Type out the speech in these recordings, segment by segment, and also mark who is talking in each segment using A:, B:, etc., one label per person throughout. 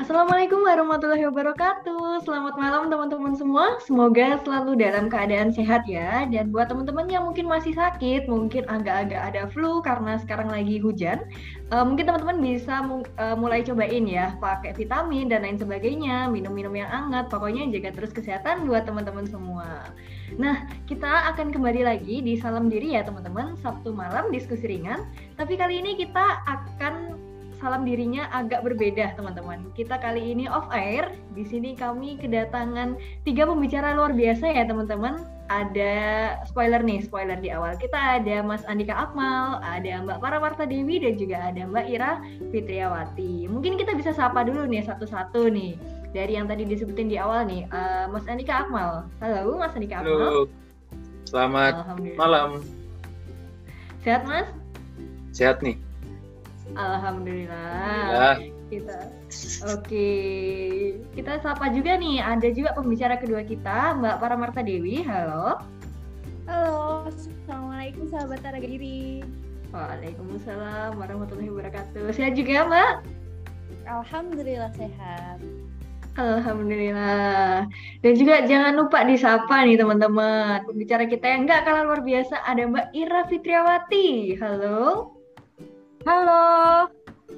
A: Assalamualaikum warahmatullahi wabarakatuh. Selamat malam teman-teman semua. Semoga selalu dalam keadaan sehat ya. Dan buat teman-teman yang mungkin masih sakit, mungkin agak-agak ada flu karena sekarang lagi hujan, mungkin teman-teman bisa mulai cobain ya, pakai vitamin dan lain sebagainya, minum-minum yang hangat. Pokoknya jaga terus kesehatan buat teman-teman semua. Nah, kita akan kembali lagi di Salam Diri ya teman-teman, Sabtu malam diskusi ringan. Tapi kali ini kita akan salam dirinya agak berbeda teman-teman. Kita kali ini off air. Di sini kami kedatangan 3 pembicara luar biasa ya teman-teman. Ada spoiler di awal. Kita ada Mas Andika Akmal, ada Mbak Paramarta Dewi, dan juga ada Mbak Ira Fitriawati. Mungkin kita bisa sapa dulu nih satu-satu nih. Dari yang tadi disebutin di awal nih, Mas Andika Akmal. Halo Mas Andika Akmal.
B: Halo, selamat malam.
A: Sehat Mas?
B: Sehat nih.
A: Alhamdulillah. Oke. Kita sapa juga nih, ada juga pembicara kedua kita, Mbak Paramarta Dewi. Halo.
C: Halo, Assalamualaikum sahabat Harga Diri.
A: Waalaikumsalam warahmatullahi wabarakatuh. Sehat juga Mbak?
C: Alhamdulillah sehat.
A: Alhamdulillah. Dan juga jangan lupa disapa nih teman-teman. Pembicara kita yang nggak kalah luar biasa, ada Mbak Ira Fitriawati. Halo.
C: Halo.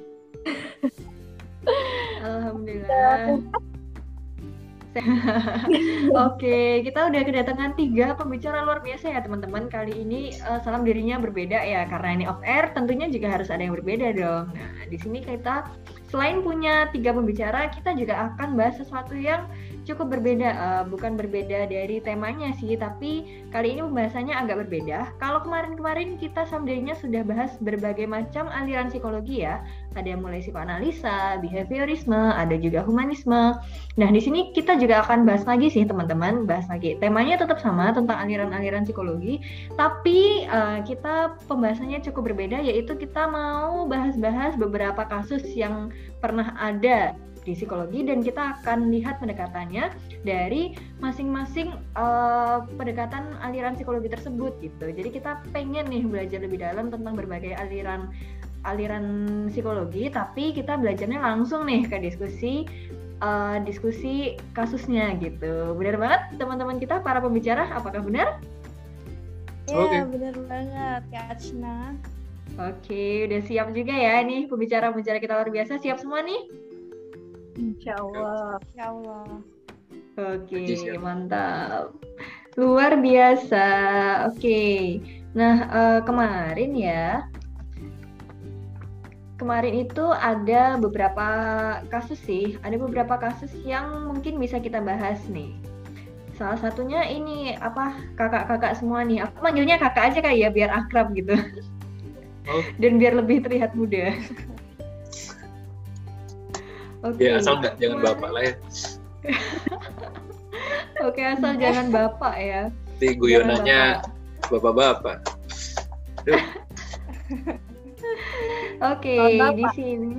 A: Alhamdulillah. Oke, kita udah kedatangan 3 pembicara luar biasa ya teman-teman. Kali ini salam dirinya berbeda ya, karena ini off air tentunya juga harus ada yang berbeda dong. Nah, di sini kita selain punya 3 pembicara, kita juga akan bahas sesuatu yang cukup berbeda, bukan berbeda dari temanya sih, tapi kali ini pembahasannya agak berbeda. Kalau kemarin-kemarin kita salam dirinya sudah bahas berbagai macam aliran psikologi ya, ada yang mulai psikoanalisa, behaviorisme, ada juga humanisme. Nah, di sini kita juga akan bahas lagi sih teman-teman, bahas lagi. Temanya tetap sama tentang aliran-aliran psikologi, tapi kita pembahasannya cukup berbeda, yaitu kita mau bahas-bahas beberapa kasus yang pernah ada di psikologi dan kita akan lihat pendekatannya dari masing-masing pendekatan aliran psikologi tersebut gitu. Jadi kita pengen nih belajar lebih dalam tentang berbagai aliran psikologi, tapi kita belajarnya langsung nih ke diskusi kasusnya gitu. Benar banget teman-teman kita para pembicara, apakah benar?
C: Ya, benar banget Kak Acna.
A: Oke, udah siap juga ya nih pembicara-pembicara kita luar biasa, siap semua nih?
C: Insyaallah.
A: Oke, mantap. Luar biasa. Oke. Nah, kemarin itu ada beberapa kasus sih. Ada beberapa kasus yang mungkin bisa kita bahas nih. Salah satunya ini kakak-kakak semua nih. Aku manggilnya kakak aja kali ya biar akrab gitu. Dan biar lebih terlihat muda.
B: Oke. Ya, asal jangan bapak lah ya.
A: Oke, asal jangan bapak ya.
B: Nanti guyonannya bapak-bapak.
A: Oke, di sini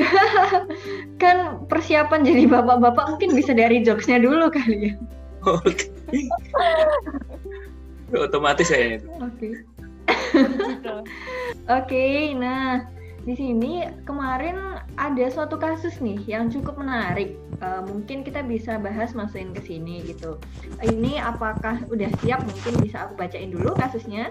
A: kan persiapan jadi bapak-bapak mungkin bisa dari jokesnya dulu kali ya.
B: Oke. Otomatis kayaknya itu.
A: Oke, nah di sini kemarin ada suatu kasus nih yang cukup menarik. Mungkin kita bisa bahas masukin ke sini gitu. Ini apakah udah siap? Mungkin bisa aku bacain dulu kasusnya.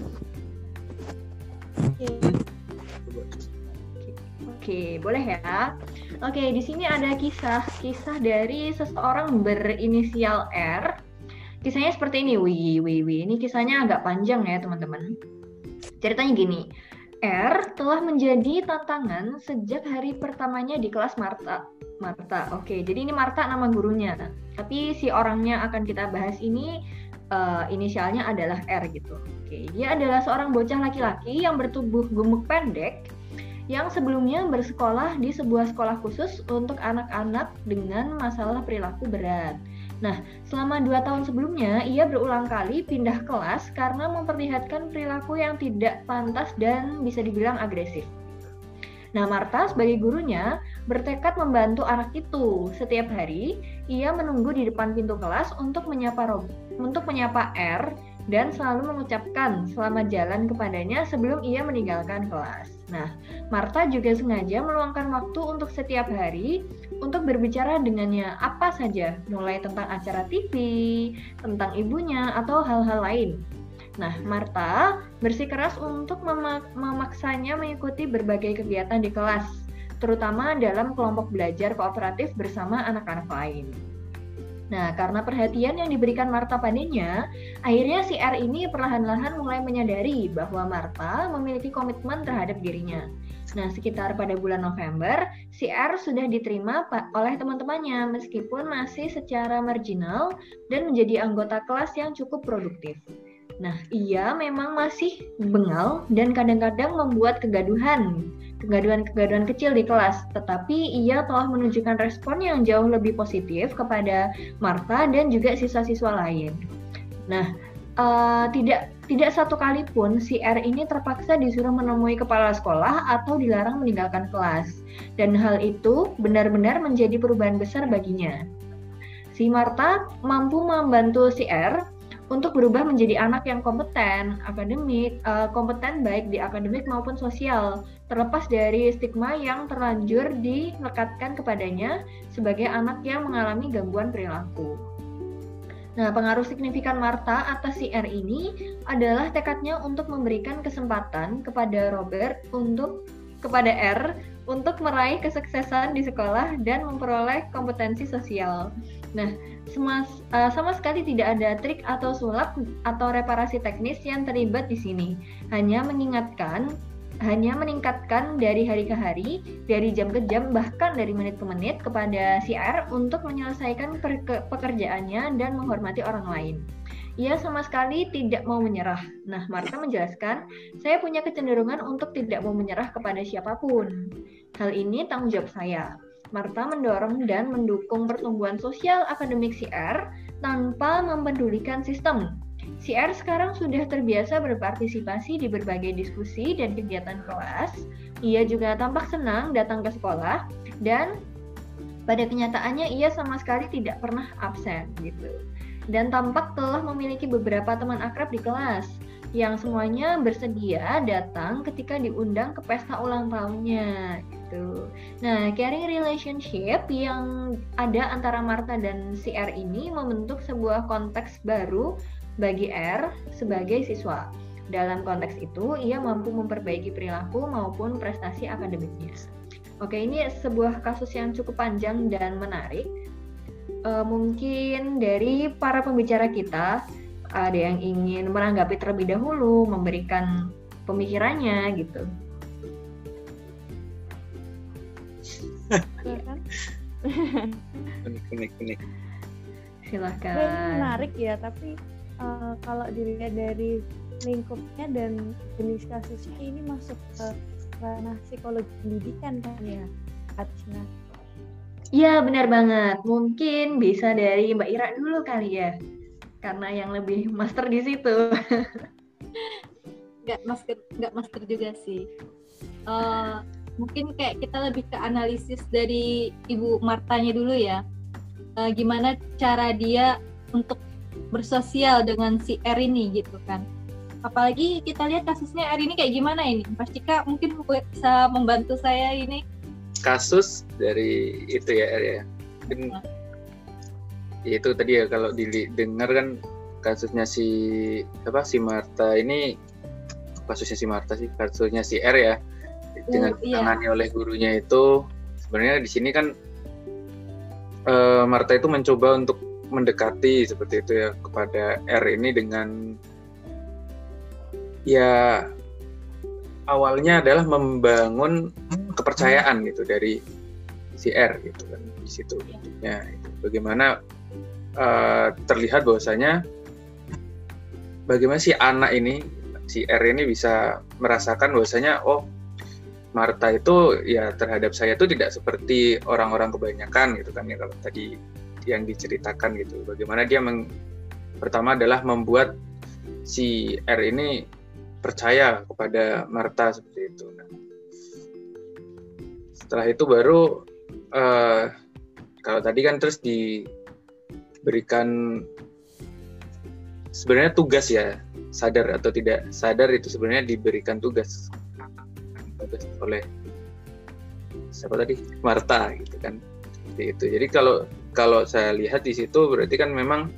A: Oke, boleh ya. Oke, di sini ada kisah dari seseorang berinisial R. Kisahnya seperti ini. Ini kisahnya agak panjang ya teman-teman. Ceritanya gini. R telah menjadi tantangan sejak hari pertamanya di kelas Marta. Oke, jadi ini Marta nama gurunya. Tapi si orangnya akan kita bahas ini inisialnya adalah R gitu. Oke, dia adalah seorang bocah laki-laki yang bertubuh gemuk pendek yang sebelumnya bersekolah di sebuah sekolah khusus untuk anak-anak dengan masalah perilaku berat. Nah, selama 2 tahun sebelumnya, ia berulang kali pindah kelas karena memperlihatkan perilaku yang tidak pantas dan bisa dibilang agresif. Nah, Marta sebagai gurunya bertekad membantu anak itu. Setiap hari, ia menunggu di depan pintu kelas untuk menyapa R dan selalu mengucapkan selamat jalan kepadanya sebelum ia meninggalkan kelas. Nah, Martha juga sengaja meluangkan waktu untuk setiap hari untuk berbicara dengannya apa saja, mulai tentang acara TV, tentang ibunya, atau hal-hal lain. Nah, Martha bersikeras untuk memaksanya mengikuti berbagai kegiatan di kelas, terutama dalam kelompok belajar kooperatif bersama anak-anak lain. Nah, karena perhatian yang diberikan Martha padanya, akhirnya si R ini perlahan-lahan mulai menyadari bahwa Martha memiliki komitmen terhadap dirinya. Nah, sekitar pada bulan November, si R sudah diterima oleh teman-temannya meskipun masih secara marginal dan menjadi anggota kelas yang cukup produktif. Nah, ia memang masih bengal dan kadang-kadang membuat kegaduhan kecil di kelas, tetapi ia telah menunjukkan respon yang jauh lebih positif kepada Martha dan juga siswa-siswa lain. Nah, tidak satu kali pun si R ini terpaksa disuruh menemui kepala sekolah atau dilarang meninggalkan kelas, dan hal itu benar-benar menjadi perubahan besar baginya. Si Martha mampu membantu si R untuk berubah menjadi anak yang kompeten baik di akademik maupun sosial, terlepas dari stigma yang terlanjur dilekatkan kepadanya sebagai anak yang mengalami gangguan perilaku. Nah, pengaruh signifikan Martha atas si R ini adalah tekadnya untuk memberikan kesempatan kepada R untuk meraih kesuksesan di sekolah dan memperoleh kompetensi sosial. Nah, sama sekali tidak ada trik atau sulap atau reparasi teknis yang terlibat di sini. Hanya meningkatkan dari hari ke hari, dari jam ke jam, bahkan dari menit ke menit kepada si R untuk menyelesaikan pekerjaannya dan menghormati orang lain. Ia sama sekali tidak mau menyerah. Nah, Martha menjelaskan, saya punya kecenderungan untuk tidak mau menyerah kepada siapapun. Hal ini tanggung jawab saya. Martha mendorong dan mendukung pertumbuhan sosial akademik si R tanpa mempedulikan sistem. Si R sekarang sudah terbiasa berpartisipasi di berbagai diskusi dan kegiatan kelas. Ia juga tampak senang datang ke sekolah dan pada kenyataannya ia sama sekali tidak pernah absen gitu. Dan tampak telah memiliki beberapa teman akrab di kelas yang semuanya bersedia datang ketika diundang ke pesta ulang tahunnya gitu. Nah, caring relationship yang ada antara Martha dan si R ini membentuk sebuah konteks baru bagi R sebagai siswa. Dalam konteks itu, ia mampu memperbaiki perilaku maupun prestasi akademiknya. Oke, ini sebuah kasus yang cukup panjang dan menarik. Mungkin dari para pembicara kita, ada yang ingin menanggapi terlebih dahulu, memberikan pemikirannya gitu.
B: Unik.
A: Silahkan.
C: Menarik ya, tapi kalau dilihat dari lingkupnya dan jenis kasusnya ini masuk ke ranah psikologi pendidikan kan ya, Acna?
A: Iya, benar banget. Mungkin bisa dari Mbak Ira dulu kali ya, karena yang lebih master di situ.
D: Nggak master juga sih. Mungkin kayak kita lebih ke analisis dari Ibu Martanya dulu ya. Gimana cara dia untuk bersosial dengan si R ini gitu kan. Apalagi kita lihat kasusnya R ini kayak gimana ini. Mas Cika mungkin bisa membantu saya ini.
B: Kasus dari itu ya R ya. Ya itu tadi ya, kalau didengar kan kasusnya si Martha ini, kasusnya si R ya. Dengan ditangani oleh gurunya itu, sebenarnya di sini kan Martha itu mencoba untuk mendekati seperti itu ya kepada R ini dengan ya awalnya adalah membangun kepercayaan gitu dari si R gitu kan di situ. Ya, itu. Bagaimana terlihat bahwasanya bagaimana si anak ini, si R ini bisa merasakan bahwasanya Martha itu ya terhadap saya itu tidak seperti orang-orang kebanyakan gitu kan ya, kalau tadi yang diceritakan gitu. Bagaimana dia pertama adalah membuat si R ini percaya kepada Martha seperti itu. Nah, setelah itu baru kalau tadi kan terus diberikan sebenarnya tugas ya, sadar atau tidak sadar itu sebenarnya diberikan tugas oleh siapa tadi, Martha gitu kan, seperti itu. Jadi kalau saya lihat di situ berarti kan memang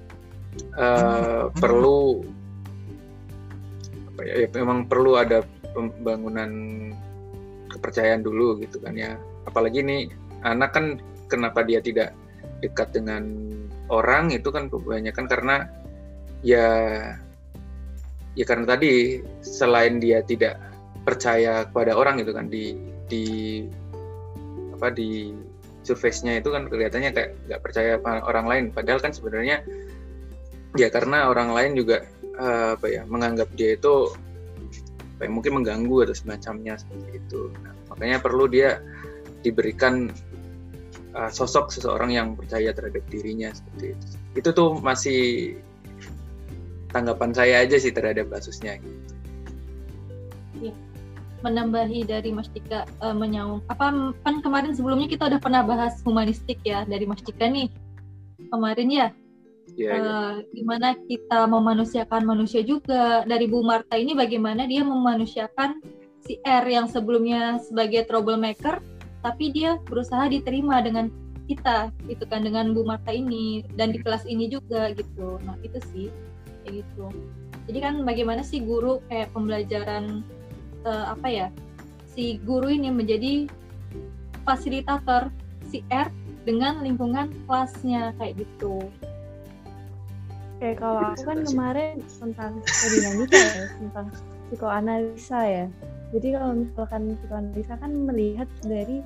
B: perlu apa ya, memang perlu ada pembangunan kepercayaan dulu gitu kan ya. Apalagi nih anak kan, kenapa dia tidak dekat dengan orang itu kan kebanyakan karena ya karena tadi selain dia tidak percaya kepada orang gitu kan, di surface-nya itu kan kelihatannya kayak nggak percaya pada orang lain, padahal kan sebenarnya ya karena orang lain juga menganggap dia itu mungkin mengganggu atau semacamnya seperti itu. Nah, makanya perlu dia diberikan sosok seseorang yang percaya terhadap dirinya seperti itu. Itu tuh masih tanggapan saya aja sih terhadap kasusnya.
D: Ya, menambahi dari Mas Dika kan kemarin sebelumnya kita udah pernah bahas humanistik ya dari Mas Dika nih kemarin ya. Gimana kita memanusiakan manusia juga. Dari Bu Martha ini bagaimana dia memanusiakan si R yang sebelumnya sebagai troublemaker, tapi dia berusaha diterima dengan kita gitu kan, dengan Bu Martha ini dan di kelas ini juga gitu. Nah itu sih kayak gitu. Jadi kan bagaimana sih guru kayak pembelajaran si guru ini menjadi fasilitator si R dengan lingkungan kelasnya kayak gitu.
C: Oke, kalau aku kan kemarin tentang dinamika ya, tentang psikoanalisa ya. Jadi kalau misalkan psikoanalisa kan melihat dari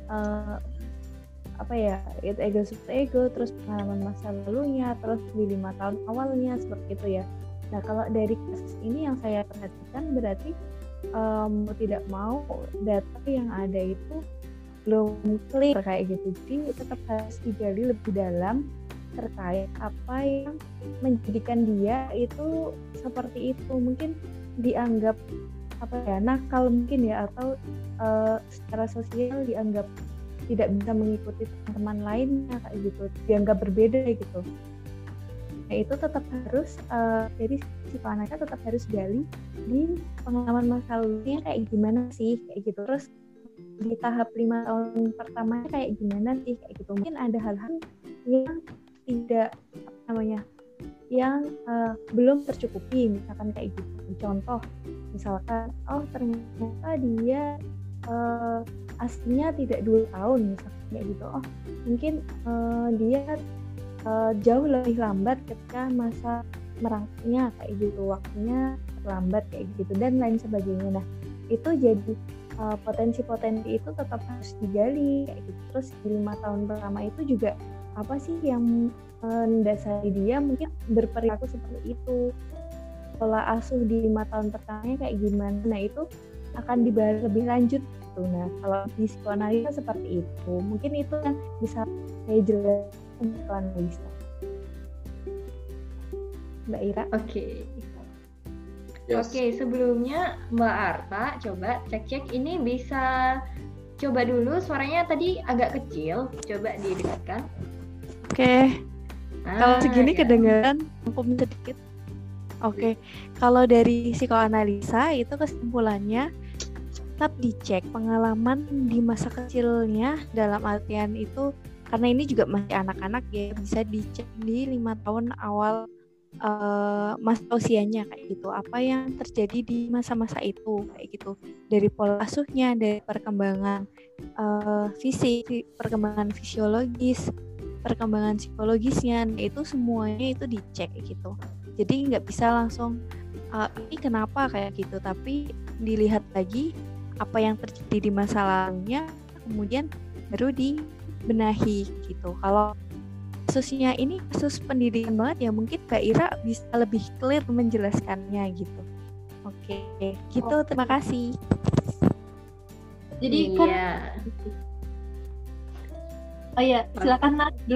C: ego super ego, terus pengalaman masa lalunya, terus di 5 tahun awalnya seperti itu ya. Nah kalau dari kasus ini yang saya perhatikan berarti mau tidak mau data yang ada itu belum clear kayak gitu. Jadi tetap harus digali lebih dalam terkait apa yang menjadikan dia itu seperti itu. Mungkin dianggap nakal mungkin ya, atau secara sosial dianggap tidak bisa mengikuti teman lainnya kayak gitu, dianggap berbeda gitu. Nah itu tetap harus jadi psikoanalisa tetap harus gali di pengalaman masa lalunya kayak gimana sih kayak gitu. Terus di tahap 5 tahun pertamanya kayak gimana sih kayak gitu. Mungkin ada hal-hal yang tidak yang belum tercukupi, misalkan kayak gitu. Contoh misalkan ternyata dia aslinya tidak 2 tahun misalkan kayak gitu. Mungkin dia jauh lebih lambat ketika masa merangkulnya kayak gitu, waktunya terlambat kayak gitu dan lain sebagainya. Nah itu jadi potensi-potensi itu tetap harus digali kayak gitu. Terus di 5 tahun pertama itu juga apa sih yang mendasari dia mungkin berperilaku seperti itu, pola asuh di 5 tahun pertamanya kayak gimana. Nah itu akan dibahas lebih lanjut gitu. Nah kalau di psikoanalisa seperti itu, mungkin itu yang bisa saya jelaskan di psikoanalisa. Mbak Ira.
A: Oke.
B: Yes.
A: Oke, sebelumnya Mbak Arta coba cek ini bisa coba dulu suaranya tadi agak kecil, coba didekatkan.
C: Oke. Kalau segini ya. Kedengaran vakum sedikit. Oke. Kalau dari psikoanalisa itu kesimpulannya tetap dicek pengalaman di masa kecilnya, dalam artian itu karena ini juga masih anak-anak ya, bisa dicek di 5 tahun awal masa usianya kayak gitu, apa yang terjadi di masa-masa itu kayak gitu, dari pola asuhnya, dari perkembangan fisik, perkembangan fisiologis, perkembangan psikologisnya, itu semuanya itu dicek gitu. Jadi nggak bisa langsung ini kenapa kayak gitu, tapi dilihat lagi apa yang terjadi di masa lalunya, kemudian baru dibenahi gitu. Kalau kasusnya ini kasus pendidikan banget ya, mungkin Mbak Ira bisa lebih clear menjelaskannya gitu. Oke, gitu. Terima kasih.
D: Jadi silakan Nat dulu.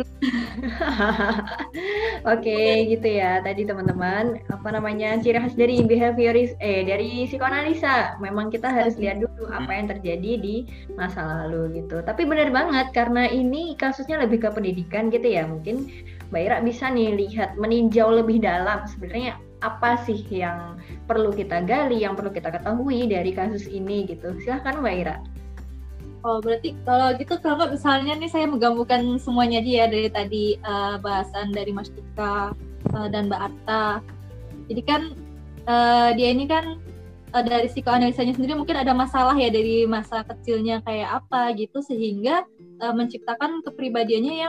A: Oke, gitu ya. Tadi teman-teman, ciri khas dari dari psikoanalisa. Memang kita harus lihat dulu apa yang terjadi di masa lalu gitu. Tapi benar banget karena ini kasusnya lebih ke pendidikan gitu ya. Mungkin Mbak Ira bisa nih lihat, meninjau lebih dalam sebenarnya apa sih yang perlu kita gali, yang perlu kita ketahui dari kasus ini gitu. Silahkan Mbak Ira.
D: Oh, berarti kalau gitu, kalau nggak misalnya nih saya menggabungkan semuanya aja ya dari tadi bahasan dari Mas Dika dan Mbak Arta. Jadi kan dia ini kan dari psikoanalisanya sendiri mungkin ada masalah ya dari masa kecilnya kayak apa gitu, sehingga menciptakan kepribadiannya yang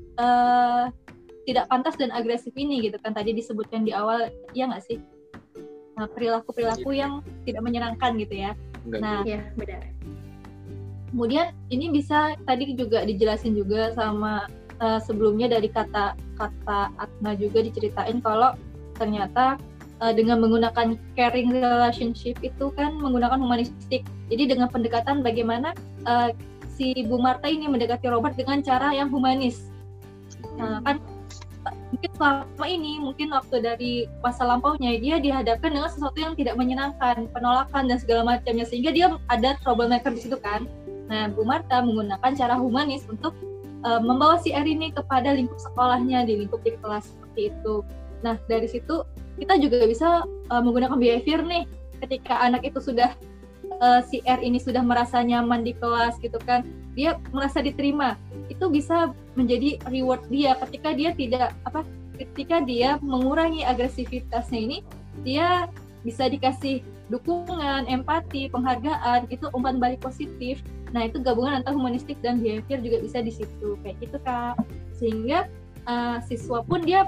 D: tidak pantas dan agresif ini gitu kan, tadi disebutkan di awal, ya nggak sih? Nah, perilaku-perilaku yang tidak menyenangkan gitu ya. Nah,
A: ya benar.
D: Kemudian ini bisa tadi juga dijelasin juga sama sebelumnya dari kata Atma juga diceritain kalau ternyata dengan menggunakan caring relationship itu kan menggunakan humanistik. Jadi dengan pendekatan bagaimana si Bu Marta ini mendekati Robert dengan cara yang humanis. Nah, kan mungkin selama ini, mungkin waktu dari masa lampaunya dia dihadapkan dengan sesuatu yang tidak menyenangkan, penolakan dan segala macamnya, sehingga dia ada troublemaker di situ kan. Nah, Bu Marta menggunakan cara humanis untuk membawa si R ini kepada lingkup sekolahnya, di lingkup di kelas seperti itu. Nah, dari situ kita juga bisa menggunakan behavior nih, ketika anak itu sudah si R ini sudah merasa nyaman di kelas gitu kan, dia merasa diterima, itu bisa menjadi reward dia ketika dia mengurangi agresivitasnya ini, dia bisa dikasih dukungan, empati, penghargaan, itu umpan balik positif. Nah, itu gabungan antara humanistik dan behavior juga bisa di situ kayak gitu Kak, sehingga siswa pun dia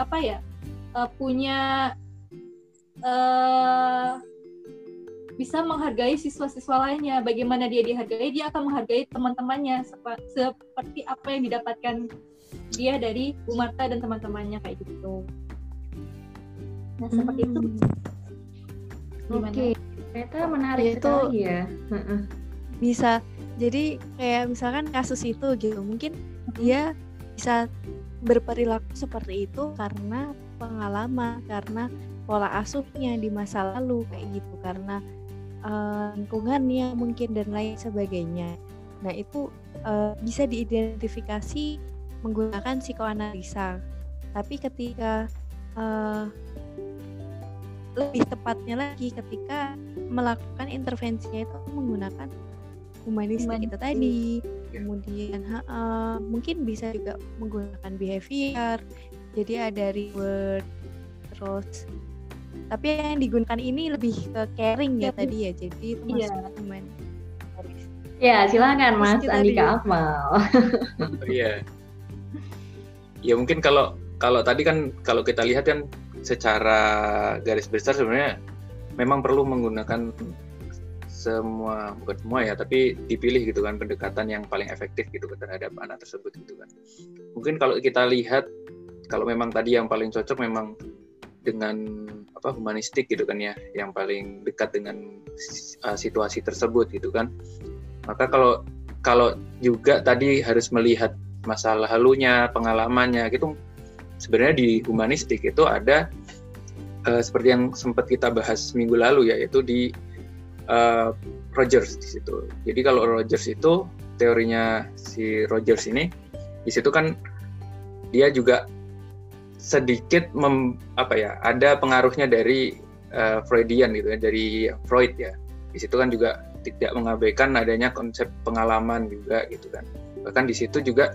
D: punya bisa menghargai siswa-siswa lainnya. Bagaimana dia dihargai, dia akan menghargai teman-temannya seperti apa yang didapatkan dia dari Bu Marta dan teman-temannya kayak gitu. Nah, seperti itu.
A: Oke, ternyata menarik sekali ya.
C: Bisa, jadi kayak misalkan kasus itu gitu, mungkin dia bisa berperilaku seperti itu karena pengalaman, karena pola asuhnya di masa lalu kayak gitu, karena lingkungannya mungkin dan lain sebagainya. Nah, itu bisa diidentifikasi menggunakan psikoanalisa. Tapi ketika lebih tepatnya lagi ketika melakukan intervensinya itu menggunakan humanistik itu tadi. Kemudian mungkin bisa juga menggunakan behavior. Jadi ada reward, terus tapi yang digunakan ini lebih ke caring ya tadi ya, jadi itu masuk humanis.
A: Ya, silakan Mas Andika Akmal.
B: Iya. Ya mungkin kalau tadi kan kalau kita lihat kan secara garis besar sebenarnya memang perlu menggunakan bukan semua ya, tapi dipilih gitu kan pendekatan yang paling efektif gitu terhadap anak tersebut gitu kan. Mungkin kalau kita lihat kalau memang tadi yang paling cocok memang dengan humanistik gitu kan ya, yang paling dekat dengan situasi tersebut gitu kan. Maka kalau juga tadi harus melihat masa lalunya, pengalamannya gitu. Sebenarnya di humanistik itu ada seperti yang sempat kita bahas minggu lalu ya, yaitu di Rogers di situ. Jadi kalau Rogers itu teorinya si Rogers ini, di situ kan dia juga sedikit ada pengaruhnya dari Freudian gitu ya, dari Freud ya. Di situ kan juga tidak mengabaikan adanya konsep pengalaman juga gitu kan. Bahkan di situ juga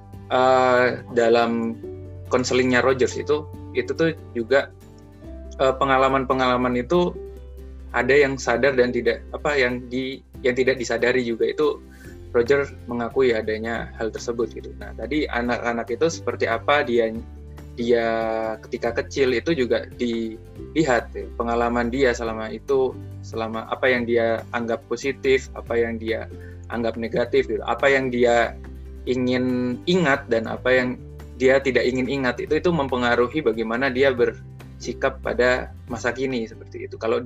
B: dalam konselingnya Rogers itu tuh juga pengalaman-pengalaman itu ada yang sadar dan tidak yang tidak disadari juga, itu Roger mengakui adanya hal tersebut gitu. Nah, tadi anak-anak itu seperti apa dia ketika kecil itu juga dilihat ya, pengalaman dia selama apa yang dia anggap positif, apa yang dia anggap negatif gitu, apa yang dia ingin ingat dan apa yang dia tidak ingin ingat, itu mempengaruhi bagaimana dia bersikap pada masa kini seperti itu. Kalau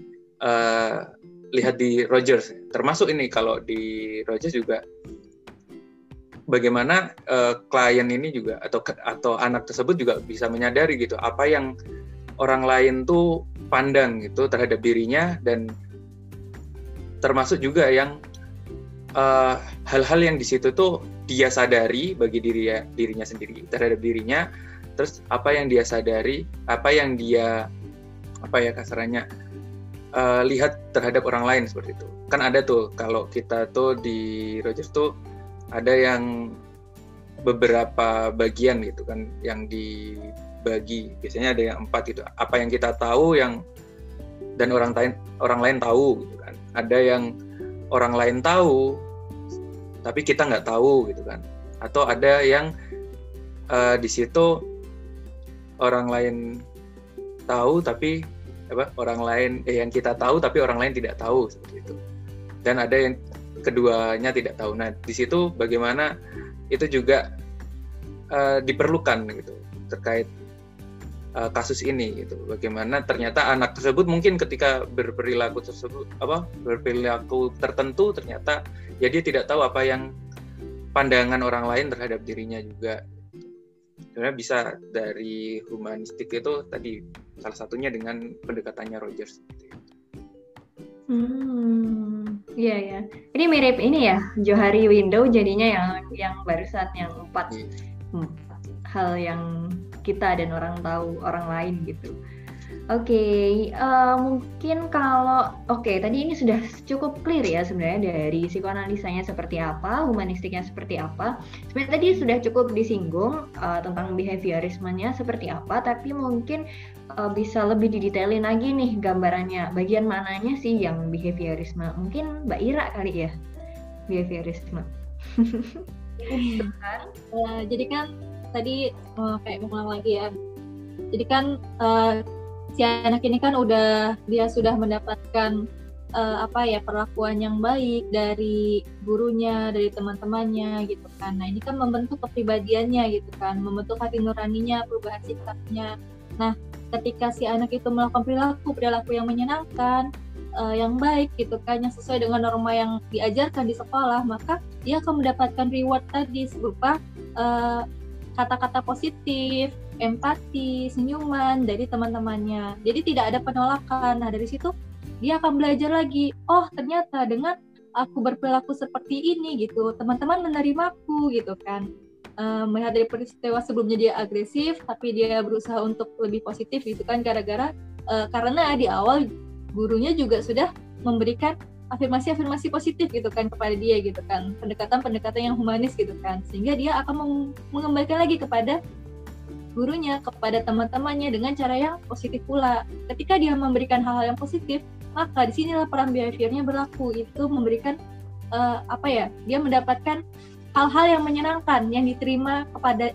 B: lihat di Rogers, termasuk ini kalau di Rogers juga bagaimana klien ini juga atau anak tersebut juga bisa menyadari gitu apa yang orang lain tuh pandang gitu terhadap dirinya, dan termasuk juga yang hal-hal yang di situ tuh dia sadari bagi dirinya sendiri terhadap dirinya, terus apa yang dia sadari, apa yang dia kasarannya lihat terhadap orang lain seperti itu. Kan ada tuh kalau kita tuh di Rogers tuh ada yang beberapa bagian gitu kan yang dibagi, biasanya ada yang 4 gitu. Apa yang kita tahu dan orang lain tahu gitu kan. Ada yang orang lain tahu tapi kita nggak tahu gitu kan. Atau ada yang di situ orang lain tahu tapi orang lain yang kita tahu tapi orang lain tidak tahu seperti itu. Dan ada yang keduanya tidak tahu. Nah, di situ bagaimana itu juga diperlukan gitu terkait kasus ini gitu. Bagaimana ternyata anak tersebut mungkin ketika berperilaku tertentu ternyata ya dia tidak tahu apa yang pandangan orang lain terhadap dirinya juga. Sebenarnya bisa dari humanistik itu tadi salah satunya dengan pendekatannya Rogers.
A: Iya ya. Ini mirip ini ya, Johari Window jadinya yang barusan yang 4 hal yang kita dan orang tahu orang lain gitu. Mungkin tadi ini sudah cukup clear ya sebenarnya dari psikoanalisanya seperti apa, humanistiknya seperti apa. Sebenarnya tadi sudah cukup disinggung tentang behaviorismenya seperti apa, tapi mungkin bisa lebih didetailin lagi nih gambarannya. Bagian mananya sih yang behaviorisme? Mungkin Mbak Ira kali ya, behaviorisme.
D: Jadi kan tadi kayak mengulang lagi ya. Jadi kan si anak ini kan dia sudah mendapatkan perlakuan yang baik dari gurunya, dari teman-temannya gitu kan. Nah, ini kan membentuk kepribadiannya gitu kan, membentuk hati nuraninya, perubahan sikapnya. Nah, ketika si anak itu melakukan perilaku yang menyenangkan, yang baik gitu kan, yang sesuai dengan norma yang diajarkan di sekolah, maka dia akan mendapatkan reward tadi berupa kata-kata positif, empati, senyuman dari teman-temannya. Jadi tidak ada penolakan. Nah, dari situ dia akan belajar lagi. Oh, ternyata dengan aku berperilaku seperti ini gitu, teman-teman menerimaku gitu kan. Melihat dari peristiwa sebelumnya dia agresif, tapi dia berusaha untuk lebih positif gitu kan, karena di awal gurunya juga sudah memberikan afirmasi positif gitu kan kepada dia gitu kan, pendekatan yang humanis gitu kan, sehingga dia akan mengembalikan lagi kepada gurunya, kepada teman-temannya dengan cara yang positif pula. Ketika dia memberikan hal-hal yang positif, maka disinilah peran behaviornya berlaku, itu memberikan dia mendapatkan hal-hal yang menyenangkan yang diterima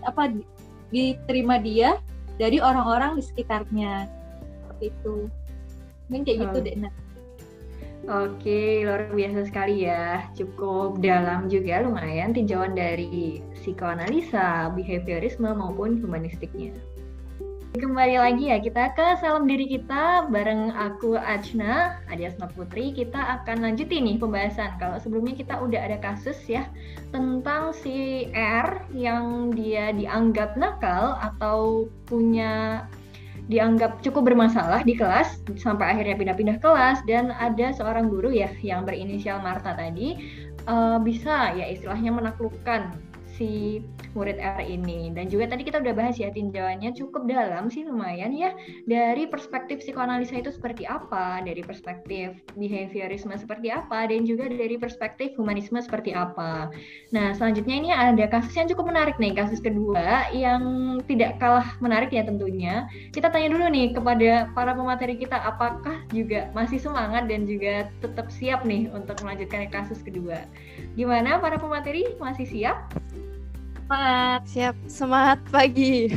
D: dia dari orang-orang di sekitarnya. Seperti itu. Mungkin kayak gitu deh.
A: Oke, luar biasa sekali ya. Cukup dalam juga, lumayan tinjauan dari psikoanalisa, behaviorisme maupun humanistiknya. Kembali lagi ya, kita ke salam diri kita bareng aku Ajna, Adiasma Putri. Kita akan lanjutin nih pembahasan. Kalau sebelumnya kita udah ada kasus ya tentang si R yang dia dianggap nakal atau dianggap cukup bermasalah di kelas sampai akhirnya pindah-pindah kelas, dan ada seorang guru ya yang berinisial Marta tadi bisa ya istilahnya menaklukkan si murid R ini. Dan juga tadi kita udah bahas ya tinjauannya cukup dalam sih, lumayan ya, dari perspektif psikoanalisa itu seperti apa, dari perspektif behaviorisme seperti apa, dan juga dari perspektif humanisme seperti apa. Nah, selanjutnya ini ada kasus yang cukup menarik nih, kasus kedua yang tidak kalah menarik ya tentunya. Kita tanya dulu nih kepada para pemateri kita, apakah juga masih semangat dan juga tetap siap nih untuk melanjutkan kasus kedua. Gimana para pemateri, masih siap?
C: Semangat, siap, semangat pagi.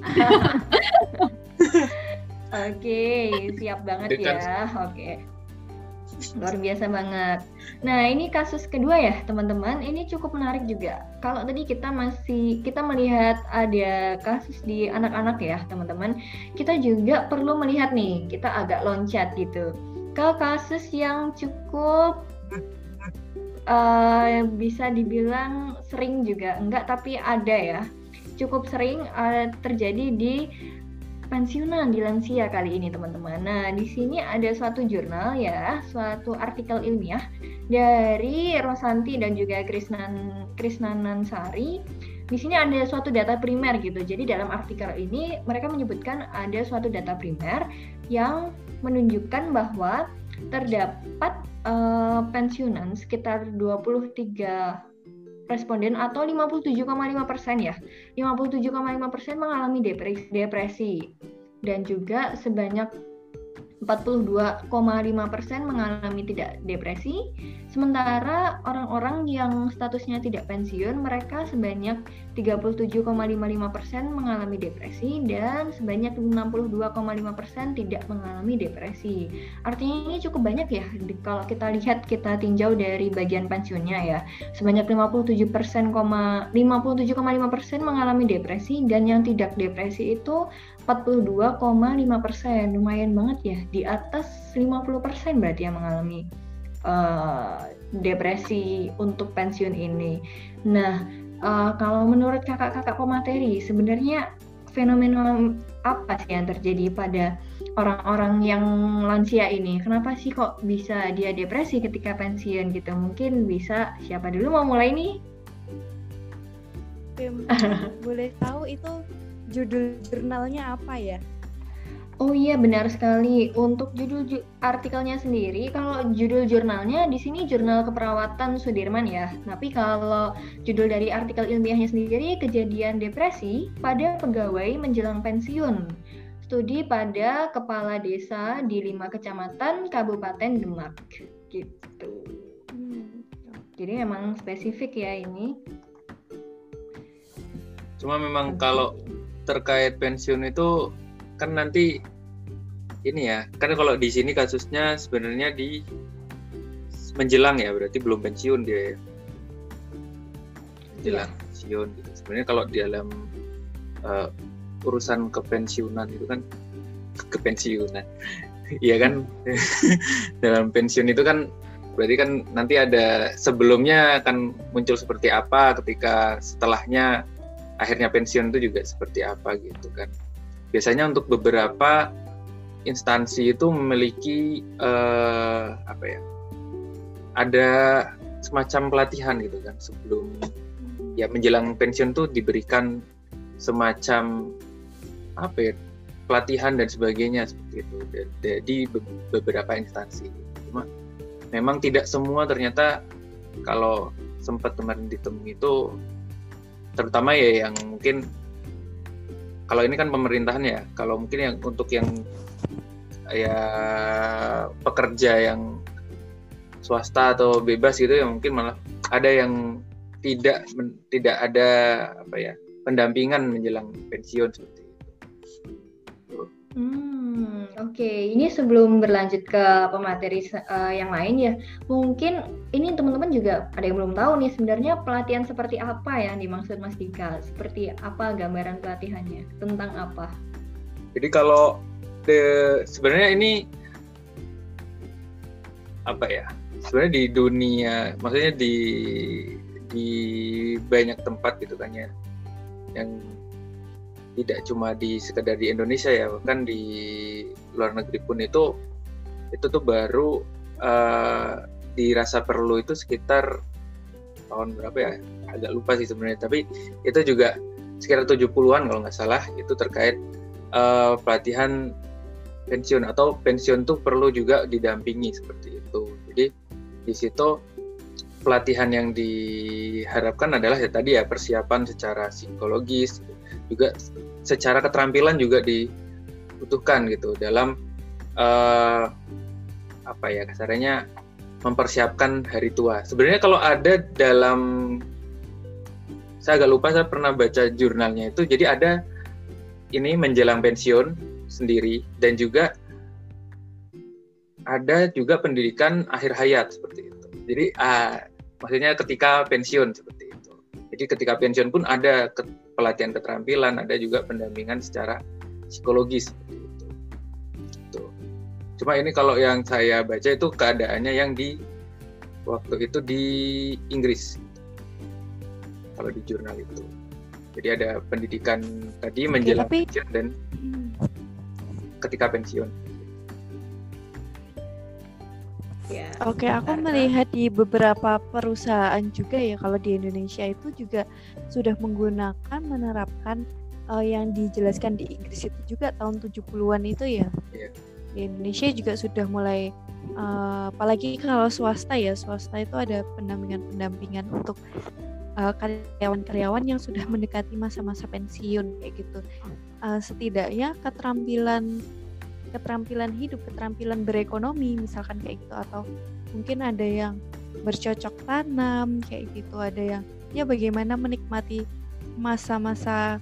A: Oke, siap banget ya. Oke, luar biasa banget. Nah, ini kasus kedua ya teman-teman, ini cukup menarik juga. Kalau tadi kita melihat ada kasus di anak-anak ya teman-teman, kita juga perlu melihat nih, kita agak loncat gitu ke kasus yang cukup bisa dibilang sering juga enggak, tapi ada ya, cukup sering terjadi di pensiunan di lansia kali ini teman-teman. Nah, di sini ada suatu jurnal ya, suatu artikel ilmiah dari Rosanti dan juga Krisnanansari. Di sini ada suatu data primer gitu. Jadi dalam artikel ini mereka menyebutkan ada suatu data primer yang menunjukkan bahwa terdapat pensiunan sekitar 23 responden atau 57,5% ya. 57,5% mengalami depresi dan juga sebanyak 42,5% mengalami tidak depresi. Sementara orang-orang yang statusnya tidak pensiun, mereka sebanyak 37,55% mengalami depresi dan sebanyak 62,5% tidak mengalami depresi. Artinya ini cukup banyak ya kalau kita lihat, kita tinjau dari bagian pensiunnya ya. Sebanyak 57,5% mengalami depresi dan yang tidak depresi itu 42,5%. Lumayan banget ya, di atas 50% berarti yang mengalami depresi untuk pensiun ini. Nah, kalau menurut kakak-kakak pemateri, sebenarnya fenomena apa sih yang terjadi pada orang-orang yang lansia ini? Kenapa sih kok bisa dia depresi ketika pensiun gitu? Mungkin bisa, siapa dulu mau mulai nih?
C: Boleh tahu itu judul jurnalnya apa ya?
A: Oh iya, benar sekali. Untuk judul artikelnya sendiri, kalau judul jurnalnya di sini Jurnal Keperawatan Sudirman ya. Tapi kalau judul dari artikel ilmiahnya sendiri, Kejadian Depresi pada Pegawai Menjelang Pensiun. Studi pada kepala desa di 5 kecamatan Kabupaten Demak. Gitu. Jadi memang spesifik ya ini.
B: Cuma memang kalau terkait pensiun itu kan nanti ini ya, kan kalau di sini kasusnya sebenarnya di menjelang ya, berarti belum pensiun dia ya. Menjelang pensiun gitu. Sebenarnya kalau di dalam urusan kepensiunan itu kan kepensiunan. Iya kan? Dalam pensiun itu kan berarti kan nanti ada sebelumnya akan muncul seperti apa, ketika setelahnya akhirnya pensiun itu juga seperti apa gitu kan. Biasanya untuk beberapa instansi itu memiliki ada semacam pelatihan gitu kan, sebelum ya menjelang pensiun tuh diberikan semacam pelatihan dan sebagainya seperti itu di beberapa instansi. Cuma memang tidak semua ternyata, kalau sempat kemarin ditemui itu terutama ya yang mungkin, kalau ini kan pemerintahan ya, kalau mungkin yang untuk yang ya pekerja yang swasta atau bebas gitu ya, mungkin malah ada yang tidak ada pendampingan menjelang pensiun seperti itu.
A: Oke. Ini sebelum berlanjut ke pemateri yang lain ya, mungkin ini teman-teman juga ada yang belum tahu nih, sebenarnya pelatihan seperti apa yang dimaksud Mas Dika? Seperti apa gambaran pelatihannya? Tentang apa?
B: Jadi kalau sebenarnya ini sebenarnya di dunia, maksudnya di banyak tempat gitu kan ya, yang tidak cuma sekedar di Indonesia ya, bahkan di luar negeri pun itu tuh baru dirasa perlu itu sekitar tahun berapa ya, agak lupa sih sebenarnya, tapi itu juga sekitar 70-an kalau nggak salah, itu terkait pelatihan pensiun, atau pensiun tuh perlu juga didampingi seperti itu. Jadi di situ pelatihan yang diharapkan adalah ya tadi ya, persiapan secara psikologis, juga secara keterampilan juga dibutuhkan gitu dalam kasarnya mempersiapkan hari tua. Sebenarnya kalau ada dalam, saya agak lupa, saya pernah baca jurnalnya itu, jadi ada ini menjelang pensiun sendiri, dan juga ada juga pendidikan akhir hayat seperti itu. Jadi maksudnya ketika pensiun seperti itu. Jadi ketika pensiun pun ada pelatihan keterampilan, ada juga pendampingan secara psikologis seperti itu. Tuh. Cuma ini kalau yang saya baca itu keadaannya yang di waktu itu di Inggris. Kalau di jurnal itu. Jadi ada pendidikan tadi menjelang pensiun dan ketika pensiun.
A: Ya,
C: Oke, aku melihat di beberapa perusahaan juga ya, kalau di Indonesia itu juga sudah menerapkan yang dijelaskan di Inggris itu juga tahun 70-an itu ya.
B: Iya.
C: Di Indonesia juga sudah mulai, apalagi kalau swasta ya, swasta itu ada pendampingan untuk karyawan-karyawan yang sudah mendekati masa-masa pensiun kayak gitu. Setidaknya keterampilan hidup, keterampilan berekonomi misalkan kayak gitu, atau mungkin ada yang bercocok tanam kayak gitu, ada yang ya bagaimana menikmati masa-masa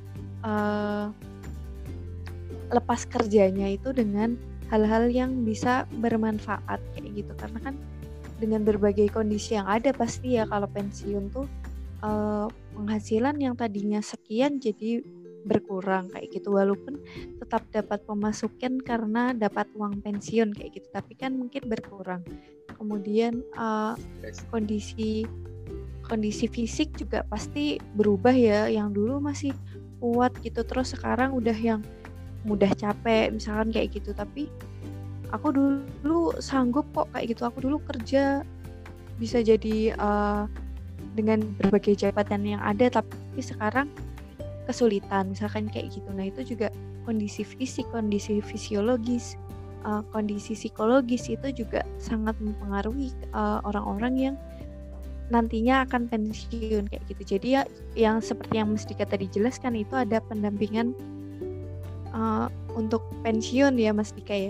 C: lepas kerjanya itu dengan hal-hal yang bisa bermanfaat kayak gitu, karena kan dengan berbagai kondisi yang ada pasti ya kalau pensiun tuh penghasilan yang tadinya sekian jadi berkurang kayak gitu, walaupun tetap dapat pemasukan karena dapat uang pensiun kayak gitu, tapi kan mungkin berkurang. Kemudian kondisi fisik juga pasti berubah ya, yang dulu masih kuat gitu terus sekarang udah yang mudah capek misalkan kayak gitu. Tapi aku dulu sanggup kok kayak gitu, aku dulu kerja bisa jadi dengan berbagai jabatan yang ada, tapi sekarang kesulitan misalkan kayak gitu. Nah itu juga kondisi fisik, kondisi fisiologis, kondisi psikologis itu juga sangat mempengaruhi orang-orang yang nantinya akan pensiun kayak gitu. Jadi ya yang seperti yang Mas Dika tadi jelaskan itu ada pendampingan untuk pensiun ya Mas Dika ya.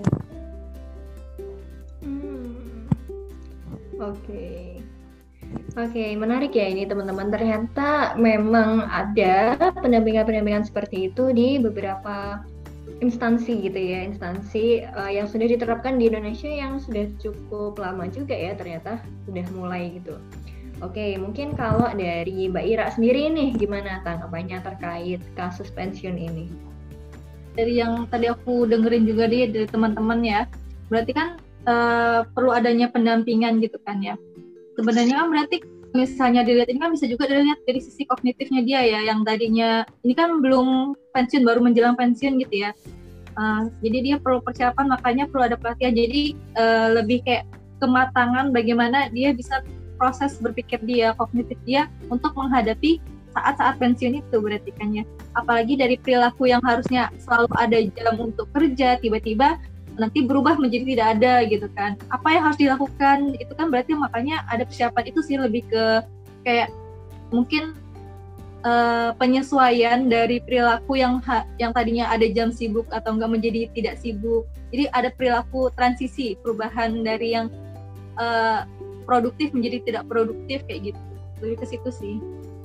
A: Oke, menarik ya ini teman-teman. Ternyata memang ada pendampingan-pendampingan seperti itu di beberapa instansi gitu ya, instansi yang sudah diterapkan di Indonesia yang sudah cukup lama juga ya, ternyata sudah mulai gitu. Oke, mungkin kalau dari Mbak Ira sendiri nih, gimana tanggapannya terkait kasus pensiun ini?
D: Dari yang tadi aku dengerin juga dari teman-teman ya, berarti kan perlu adanya pendampingan gitu kan ya. Sebenarnya kan berarti misalnya dilihat ini kan bisa juga dilihat dari sisi kognitifnya dia ya, yang tadinya ini kan belum pensiun, baru menjelang pensiun gitu ya. Jadi dia perlu persiapan, makanya perlu ada pelatihan. Jadi lebih kayak kematangan bagaimana dia bisa proses berpikir dia, kognitif dia untuk menghadapi saat-saat pensiun itu berarti kan ya. Apalagi dari perilaku yang harusnya selalu ada jam untuk kerja, tiba-tiba nanti berubah menjadi tidak ada gitu kan. Apa yang harus dilakukan itu kan berarti makanya ada persiapan itu sih, lebih ke kayak mungkin penyesuaian dari perilaku yang tadinya ada jam sibuk atau enggak menjadi tidak sibuk. Jadi ada perilaku transisi, perubahan dari yang produktif menjadi tidak produktif kayak gitu. Lebih ke situ sih.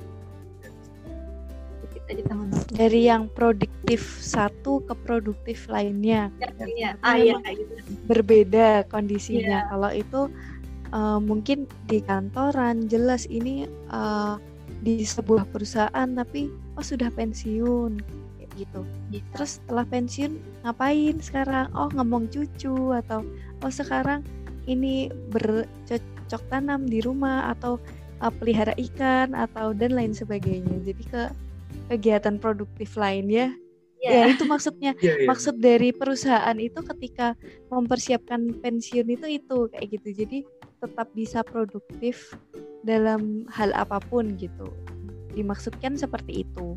C: Dari yang produktif satu ke produktif lainnya.
D: Iya, gitu.
C: Berbeda kondisinya. Kalau itu mungkin di kantoran jelas ini di sebuah perusahaan tapi sudah pensiun kayak gitu. Terus setelah pensiun ngapain sekarang? Ngomong cucu, atau sekarang ini bercocok tanam di rumah, atau pelihara ikan, atau dan lain sebagainya. Jadi ke kegiatan produktif lain ya. Ya itu maksudnya. Maksud dari perusahaan itu ketika mempersiapkan pensiun itu kayak gitu. Jadi tetap bisa produktif dalam hal apapun gitu. Dimaksudkan seperti itu.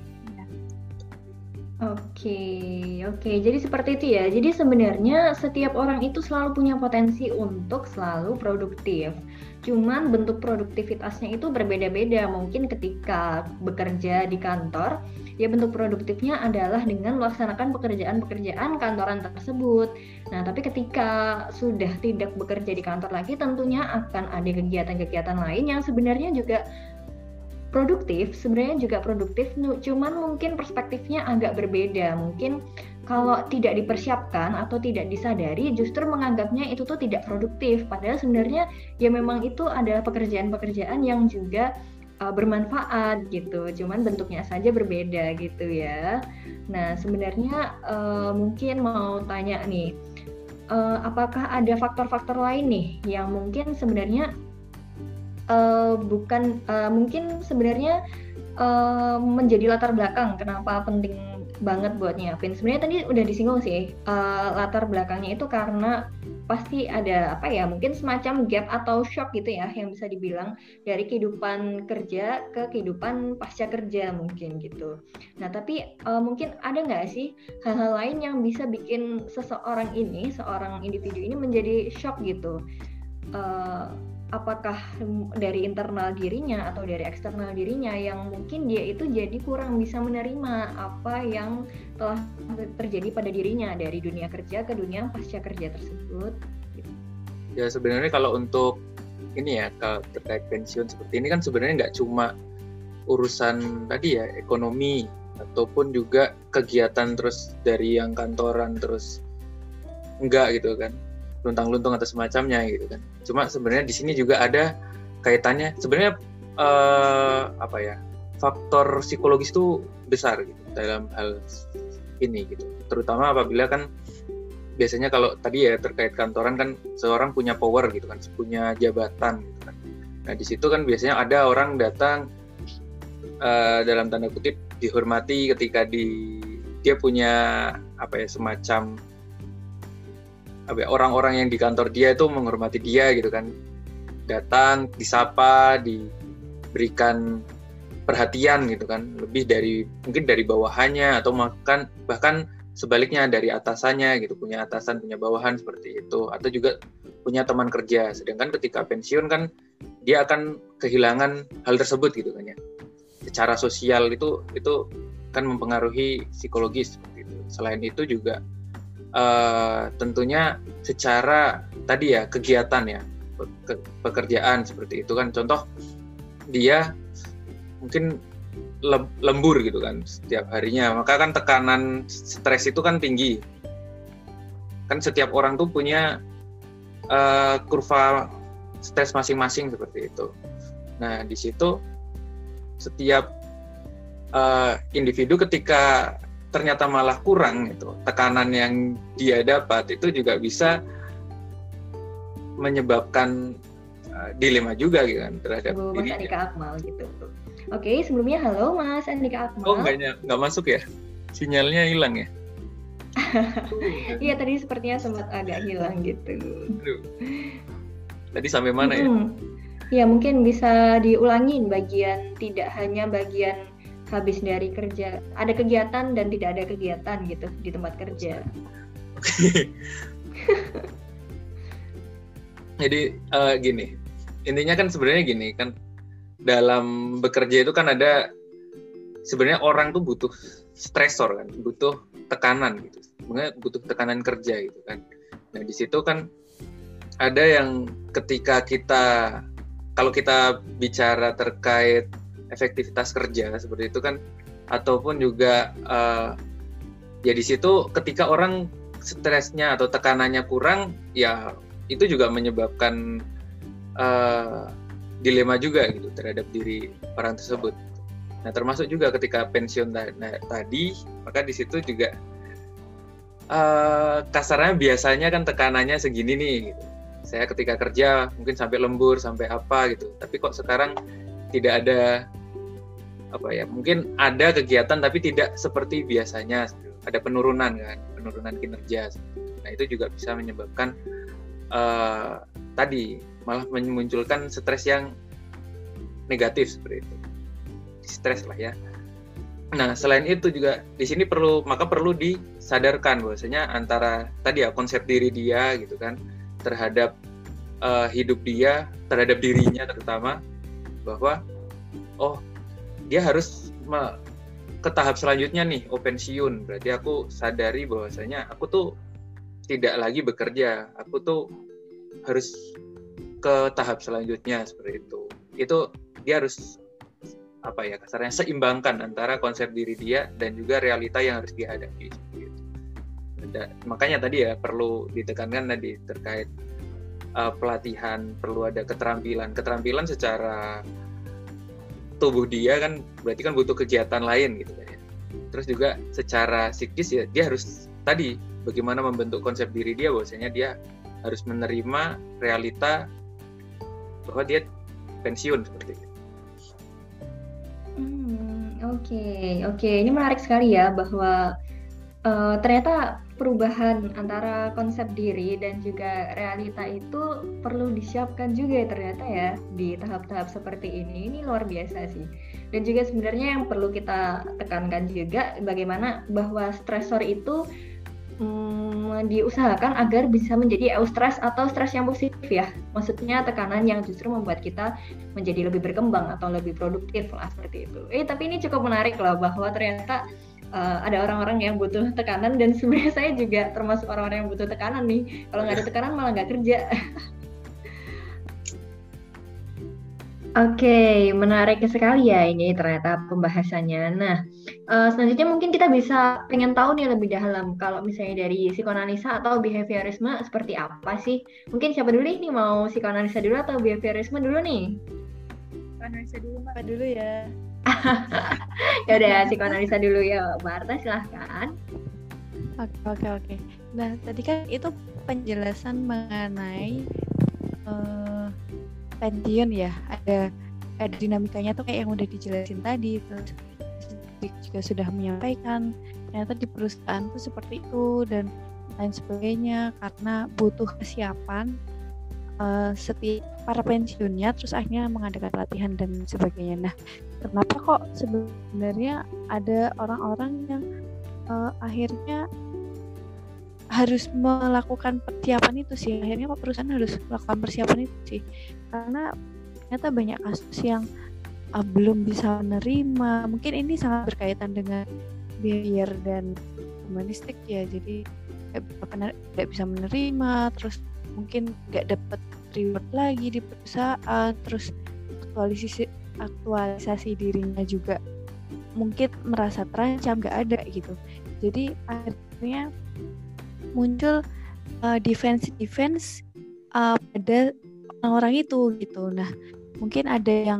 A: Oke. Jadi seperti itu ya. Jadi sebenarnya setiap orang itu selalu punya potensi untuk selalu produktif. Cuman bentuk produktivitasnya itu berbeda-beda. Mungkin ketika bekerja di kantor, ya bentuk produktifnya adalah dengan melaksanakan pekerjaan-pekerjaan kantoran tersebut. Nah, tapi ketika sudah tidak bekerja di kantor lagi, tentunya akan ada kegiatan-kegiatan lain yang sebenarnya juga produktif, cuman mungkin perspektifnya agak berbeda. Mungkin kalau tidak dipersiapkan atau tidak disadari, justru menganggapnya itu tuh tidak produktif, padahal sebenarnya ya memang itu adalah pekerjaan-pekerjaan yang juga bermanfaat gitu, cuman bentuknya saja berbeda gitu ya. Nah, sebenarnya mungkin mau tanya nih, apakah ada faktor-faktor lain nih yang mungkin sebenarnya mungkin sebenarnya menjadi latar belakang kenapa penting banget buat nyiapin. Sebenarnya tadi udah disinggung sih, latar belakangnya itu karena pasti ada apa ya, mungkin semacam gap atau shock gitu ya, yang bisa dibilang dari kehidupan kerja ke kehidupan pasca kerja mungkin gitu. Nah tapi mungkin ada nggak sih hal-hal lain yang bisa bikin seorang individu ini menjadi shock gitu? Apakah dari internal dirinya atau dari eksternal dirinya yang mungkin dia itu jadi kurang bisa menerima apa yang telah terjadi pada dirinya dari dunia kerja ke dunia pasca kerja tersebut.
B: Ya sebenarnya kalau untuk ini ya, kalau terkait pensiun seperti ini kan sebenarnya nggak cuma urusan tadi ya ekonomi, ataupun juga kegiatan terus dari yang kantoran terus enggak gitu kan, luntang-luntung atau semacamnya gitu kan. Cuma sebenarnya di sini juga ada kaitannya sebenarnya apa ya, faktor psikologis itu besar gitu dalam hal ini gitu. Terutama apabila kan biasanya kalau tadi ya terkait kantoran kan seorang punya power gitu kan, punya jabatan gitu kan. Nah di situ kan biasanya ada orang datang dalam tanda kutip dihormati ketika dia punya apa ya, semacam orang-orang yang di kantor dia itu menghormati dia gitu kan, datang disapa, diberikan perhatian gitu kan, lebih dari mungkin dari bawahannya atau bahkan sebaliknya dari atasannya gitu, punya atasan punya bawahan seperti itu, atau juga punya teman kerja. Sedangkan ketika pensiun kan dia akan kehilangan hal tersebut gitu kan ya, secara sosial itu kan mempengaruhi psikologis seperti itu. Selain itu juga tentunya secara tadi ya kegiatan ya, pekerjaan seperti itu kan, contoh dia mungkin lembur gitu kan setiap harinya, maka kan tekanan stres itu kan tinggi kan. Setiap orang tuh punya kurva stres masing-masing seperti itu. Nah di situ setiap individu ketika ternyata malah kurang itu tekanan yang dia dapat, itu juga bisa menyebabkan dilema juga gitu kan terhadap dirinya.
A: Mas Andika Akmal gitu. Oke, sebelumnya halo Mas Andika Akmal.
B: Oh nggak masuk ya? Sinyalnya hilang ya?
A: Iya tadi sepertinya sempat agak hilang gitu.
B: Aduh. Tadi sampai mana ya?
A: Ya mungkin bisa diulangin bagian, tidak hanya bagian habis dari kerja, ada kegiatan dan tidak ada kegiatan gitu di tempat kerja.
B: Oke. Jadi gini, intinya kan sebenarnya gini kan, dalam bekerja itu kan ada sebenarnya orang tuh butuh stresor kan, butuh tekanan gitu, sebenarnya butuh tekanan kerja gitu kan. Nah di situ kan ada yang ketika kalau kita bicara terkait efektivitas kerja seperti itu kan, ataupun juga ya di situ ketika orang stresnya atau tekanannya kurang, ya itu juga menyebabkan dilema juga gitu terhadap diri orang tersebut. Nah termasuk juga ketika pensiun tadi, maka di situ juga kasarnya biasanya kan tekanannya segini nih gitu. Saya ketika kerja mungkin sampai lembur sampai apa gitu, tapi kok sekarang tidak ada apa ya, mungkin ada kegiatan tapi tidak seperti biasanya, ada penurunan kinerja. Nah itu juga bisa menyebabkan tadi malah memunculkan stres yang negatif seperti itu, stres lah ya. Nah selain itu juga di sini perlu disadarkan bahwasanya antara tadi ya konsep diri dia gitu kan terhadap hidup dia, terhadap dirinya terutama, bahwa dia harus ke tahap selanjutnya nih, pensiun. Berarti aku sadari bahwasanya aku tuh tidak lagi bekerja, aku tuh harus ke tahap selanjutnya seperti itu. Itu dia harus apa ya, kasarnya seimbangkan antara konsep diri dia dan juga realita yang harus dihadapi. Gitu. Makanya tadi ya perlu ditekankan tadi terkait pelatihan, perlu ada keterampilan secara tubuh dia kan, berarti kan butuh kegiatan lain gitu kan ya. Terus juga secara psikis ya dia harus tadi bagaimana membentuk konsep diri dia bahwasanya dia harus menerima realita bahwa dia pensiun seperti itu.
A: Oke. Ini menarik sekali ya bahwa ternyata perubahan antara konsep diri dan juga realita itu perlu disiapkan juga ya ternyata ya di tahap-tahap seperti ini. Ini luar biasa sih. Dan juga sebenarnya yang perlu kita tekankan juga bagaimana bahwa stresor itu diusahakan agar bisa menjadi eustress atau stres yang positif ya. Maksudnya tekanan yang justru membuat kita menjadi lebih berkembang atau lebih produktif lah seperti itu. Tapi ini cukup menarik loh bahwa ternyata ada orang-orang yang butuh tekanan dan sebenarnya saya juga termasuk orang-orang yang butuh tekanan nih. Kalau nggak ada tekanan malah nggak kerja. Oke, menarik sekali ya ini ternyata pembahasannya. Nah, selanjutnya mungkin kita bisa pengen tahu nih lebih dalam kalau misalnya dari psikoanalisa atau behaviorisme seperti apa sih? Mungkin siapa dulu nih mau psikoanalisa dulu atau behaviorisme dulu nih?
D: Psikoanalisa dulu, Mbak.
C: Apa dulu ya?
A: Ya udah psikoanalisa dulu ya, Mbak Arta silahkan.
C: Oke. Nah, tadi kan itu penjelasan mengenai pensiun ya, ada dinamikanya tuh kayak yang udah dijelasin tadi, terus juga sudah menyampaikan ternyata di perusahaan tuh seperti itu dan lain sebagainya karena butuh kesiapan setiap para pensiunnya, terus akhirnya mengadakan pelatihan dan sebagainya. Nah, kenapa kok sebenarnya ada orang-orang yang akhirnya harus melakukan persiapan itu sih, akhirnya perusahaan harus melakukan persiapan itu sih, karena ternyata banyak kasus yang belum bisa menerima. Mungkin ini sangat berkaitan dengan behavior dan humanistik ya, jadi nggak bisa menerima, terus mungkin nggak dapat reward lagi di perusahaan, terus aktualisasi dirinya juga mungkin merasa terancam, nggak ada gitu. Jadi akhirnya muncul defense pada orang-orang itu gitu. Nah, mungkin ada yang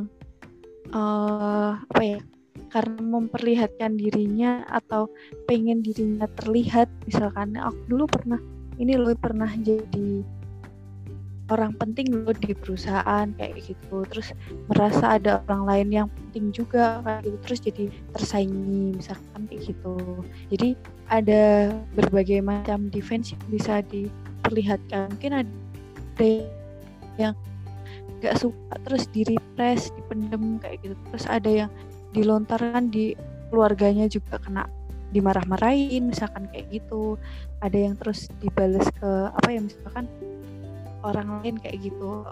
C: karena memperlihatkan dirinya atau pengen dirinya terlihat, misalkan aku dulu pernah jadi orang penting loh di perusahaan kayak gitu, terus merasa ada orang lain yang penting juga kayak gitu, terus jadi tersaingi misalkan kayak gitu. Jadi ada berbagai macam defense yang bisa diperlihatkan. Mungkin ada yang gak suka terus di-repress, dipendem kayak gitu, terus ada yang dilontarkan di keluarganya juga kena dimarah-marahin misalkan kayak gitu, ada yang terus dibales ke misalkan orang lain kayak gitu,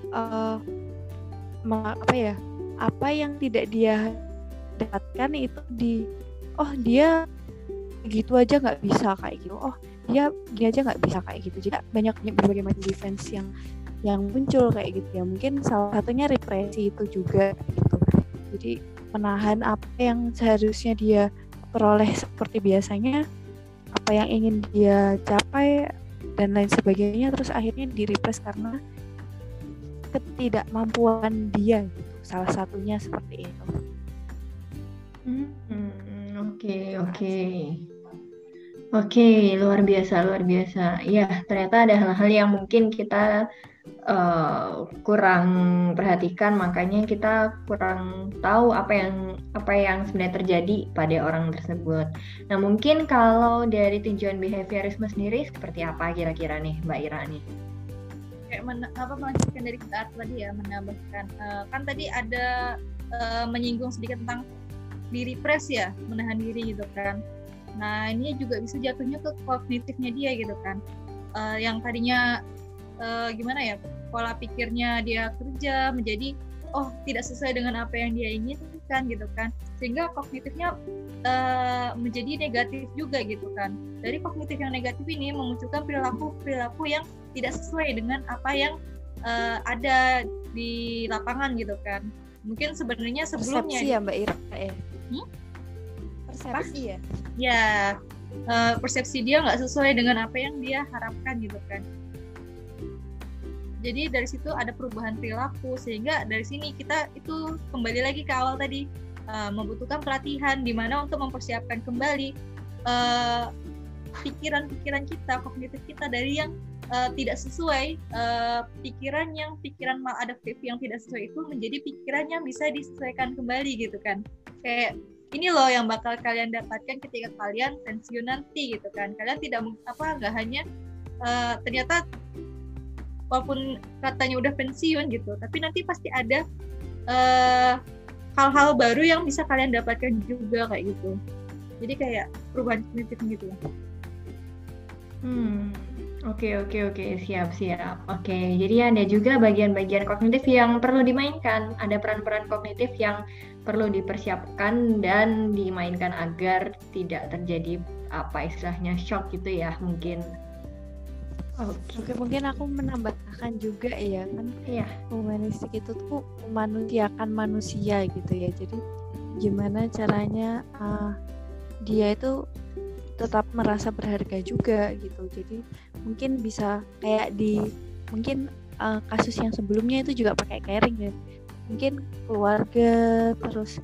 C: apa yang tidak dia dapatkan itu dia gitu aja nggak bisa kayak gitu, dia gini aja nggak bisa kayak gitu. Jadi banyak berbagai macam defense yang muncul kayak gitu ya. Mungkin salah satunya represi itu juga gitu. Jadi menahan apa yang seharusnya dia peroleh seperti biasanya, apa yang ingin dia capai dan lain sebagainya, terus akhirnya direpress karena ketidakmampuan dia gitu. Salah satunya seperti itu.
A: Oke, luar biasa. Ya, ternyata ada hal-hal yang mungkin kita kurang perhatikan, makanya kita kurang tahu apa yang sebenarnya terjadi pada orang tersebut. Nah, mungkin kalau dari tujuan behaviorisme sendiri seperti apa kira-kira nih, Mbak Ira nih?
D: Kayak melanjutkan dari kita tadi ya, menambahkan kan tadi ada menyinggung sedikit tentang di-repress ya, menahan diri gitu kan. Nah, ini juga bisa jatuhnya ke kognitifnya dia gitu kan. Yang tadinya pola pikirnya dia kerja menjadi tidak sesuai dengan apa yang dia inginkan gitu kan, sehingga kognitifnya menjadi negatif juga gitu kan. Dari kognitif yang negatif ini memunculkan perilaku yang tidak sesuai dengan apa yang ada di lapangan gitu kan. Mungkin sebenarnya sebelumnya
C: persepsi ya Mbak Ira persepsi ya?
D: Ya, persepsi dia nggak sesuai dengan apa yang dia harapkan gitu kan. Jadi dari situ ada perubahan perilaku, sehingga dari sini kita itu kembali lagi ke awal tadi, membutuhkan pelatihan di mana untuk mempersiapkan kembali pikiran-pikiran kita, kognitif kita dari yang tidak sesuai, pikiran maladaptif yang tidak sesuai itu menjadi pikiran yang bisa disesuaikan kembali gitu kan. Kayak ini loh yang bakal kalian dapatkan ketika kalian pensiun nanti gitu kan. Kalian tidak nggak hanya ternyata walaupun katanya udah pensiun gitu, tapi nanti pasti ada hal-hal baru yang bisa kalian dapatkan juga kayak gitu. Jadi kayak perubahan kognitif gitu.
A: Oke, siap. Oke, jadi ada juga bagian-bagian kognitif yang perlu dimainkan. Ada peran-peran kognitif yang perlu dipersiapkan dan dimainkan agar tidak terjadi apa istilahnya shock gitu ya mungkin.
C: Oke, mungkin aku menambahkan juga ya kan.
A: Iya.
C: Humanistik itu tuh memanusiakan manusia gitu ya. Jadi gimana caranya dia itu tetap merasa berharga juga gitu. Jadi mungkin bisa kayak mungkin kasus yang sebelumnya itu juga pakai caring ya. Mungkin keluarga terus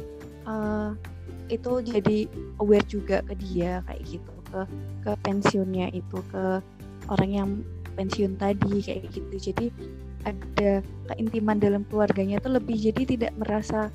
C: itu jadi aware juga ke dia kayak gitu, ke pensiunnya itu, ke orang yang pensiun tadi kayak gitu. Jadi ada keintiman dalam keluarganya itu lebih, jadi tidak merasa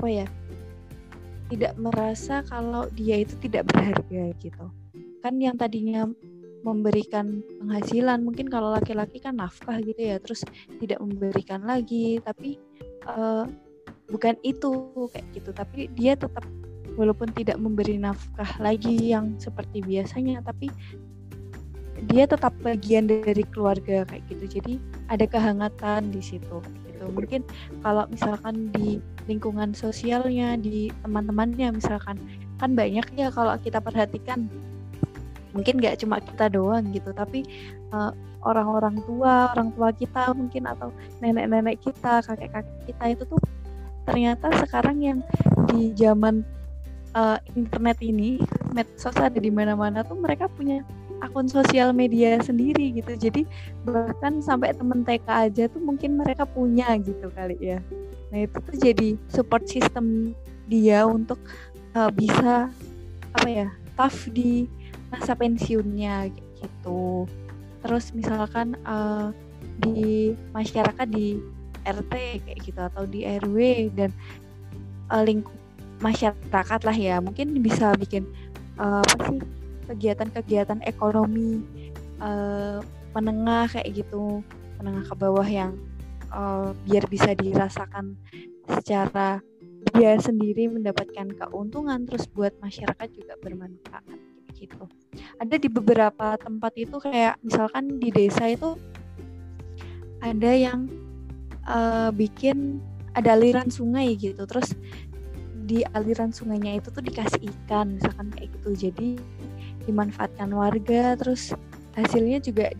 C: tidak merasa kalau dia itu tidak berharga gitu. Kan yang tadinya memberikan penghasilan, mungkin kalau laki-laki kan nafkah gitu ya, terus tidak memberikan lagi, tapi bukan itu kayak gitu. Tapi dia tetap walaupun tidak memberi nafkah lagi yang seperti biasanya, tapi dia tetap bagian dari keluarga kayak gitu. Jadi ada kehangatan di situ gitu. Mungkin kalau misalkan di lingkungan sosialnya, di teman-temannya misalkan, kan banyak ya kalau kita perhatikan, mungkin nggak cuma kita doang gitu, tapi orang tua kita mungkin, atau nenek-nenek kita, kakek-kakek kita itu tuh ternyata sekarang yang di zaman internet ini, medsos ada di mana-mana tuh, mereka punya akun sosial media sendiri gitu. Jadi bahkan sampai temen TK aja tuh mungkin mereka punya gitu kali ya. Nah itu tuh jadi support system dia untuk bisa tough di masa pensiunnya gitu. Terus misalkan di masyarakat, di RT kayak gitu, atau di RW dan lingkup masyarakat lah ya, mungkin bisa bikin kegiatan-kegiatan ekonomi menengah kayak gitu, menengah ke bawah yang biar bisa dirasakan secara dia sendiri mendapatkan keuntungan, terus buat masyarakat juga bermanfaat gitu. Ada di beberapa tempat itu kayak misalkan di desa itu ada yang bikin ada aliran sungai gitu, terus di aliran sungainya itu tuh dikasih ikan misalkan kayak gitu, jadi dimanfaatkan warga, terus hasilnya juga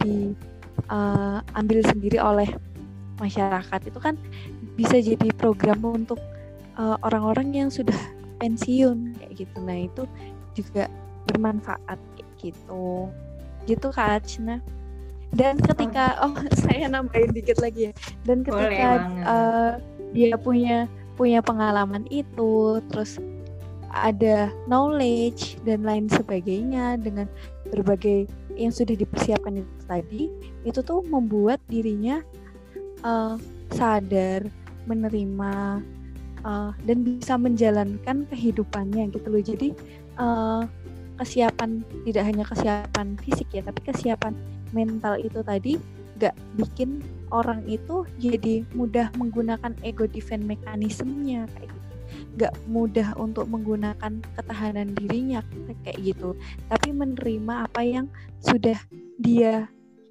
C: diambil sendiri oleh masyarakat. Itu kan bisa jadi program untuk orang-orang yang sudah pensiun kayak gitu. Nah itu juga bermanfaat kayak gitu Kak Acna. Dan ketika saya nambahin dikit lagi ya, dan ketika dia punya pengalaman itu, terus ada knowledge dan lain sebagainya dengan berbagai yang sudah dipersiapkan itu tadi, itu tuh membuat dirinya sadar, menerima dan bisa menjalankan kehidupannya gitu loh. Jadi kesiapan, tidak hanya kesiapan fisik ya, tapi kesiapan mental itu tadi gak bikin orang itu jadi mudah menggunakan ego defense mekanismenya kayak gitu, gak mudah untuk menggunakan ketahanan dirinya kayak gitu, tapi menerima apa yang sudah dia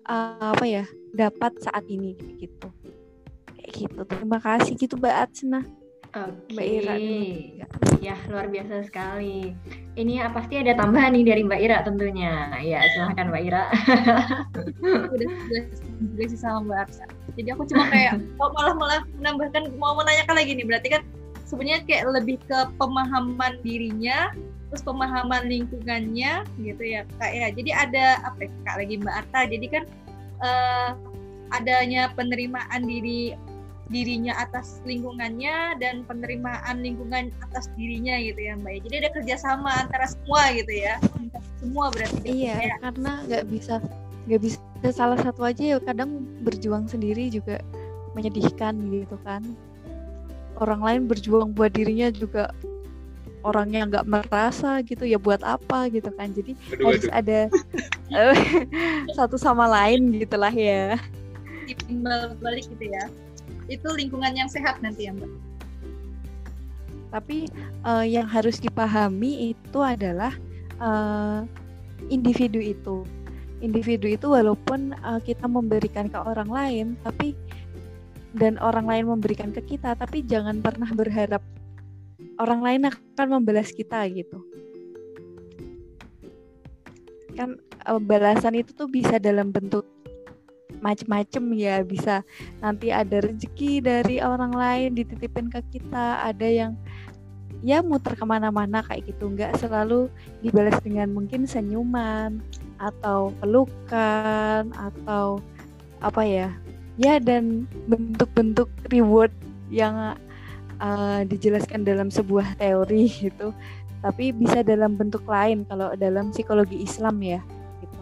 C: dapat saat ini gitu. Kayak gitu. Terima kasih gitu Mbak Acna.
A: Oke.
C: Mbak Ira dulu.
A: Ya, luar biasa sekali. Ini pasti ada tambahan nih dari Mbak Ira tentunya. Ya, silahkan Mbak Ira.
D: Udah sih sama Mbak Arsa. Jadi aku cuma kayak malah menambahkan, mau menanyakan lagi nih, berarti kan sebenarnya kayak lebih ke pemahaman dirinya, terus pemahaman lingkungannya gitu ya Kak ya. Jadi ada Kak lagi Mbak Arta, jadi kan adanya penerimaan dirinya atas lingkungannya dan penerimaan lingkungan atas dirinya gitu ya Mbak. Jadi ada kerjasama antara semua gitu ya. Semua berarti.
C: Iya, ya. Karena nggak bisa salah satu aja ya, kadang berjuang sendiri juga menyedihkan gitu kan. Orang lain berjuang buat dirinya juga orangnya nggak merasa gitu ya buat apa gitu kan. Jadi harus ada satu sama lain gitulah ya.
D: Timbal balik gitu ya. Itu lingkungan yang sehat nanti ya Mbak.
C: Tapi yang harus dipahami itu adalah individu itu walaupun kita memberikan ke orang lain, tapi dan orang lain memberikan ke kita, tapi jangan pernah berharap orang lain akan membalas kita gitu. Kan balasan itu tuh bisa dalam bentuk macem-macem ya, bisa nanti ada rezeki dari orang lain dititipin ke kita, ada yang ya muter kemana-mana kayak gitu, nggak selalu dibalas dengan mungkin senyuman atau pelukan atau apa ya dan bentuk-bentuk reward yang dijelaskan dalam sebuah teori gitu, tapi bisa dalam bentuk lain kalau dalam psikologi Islam ya gitu.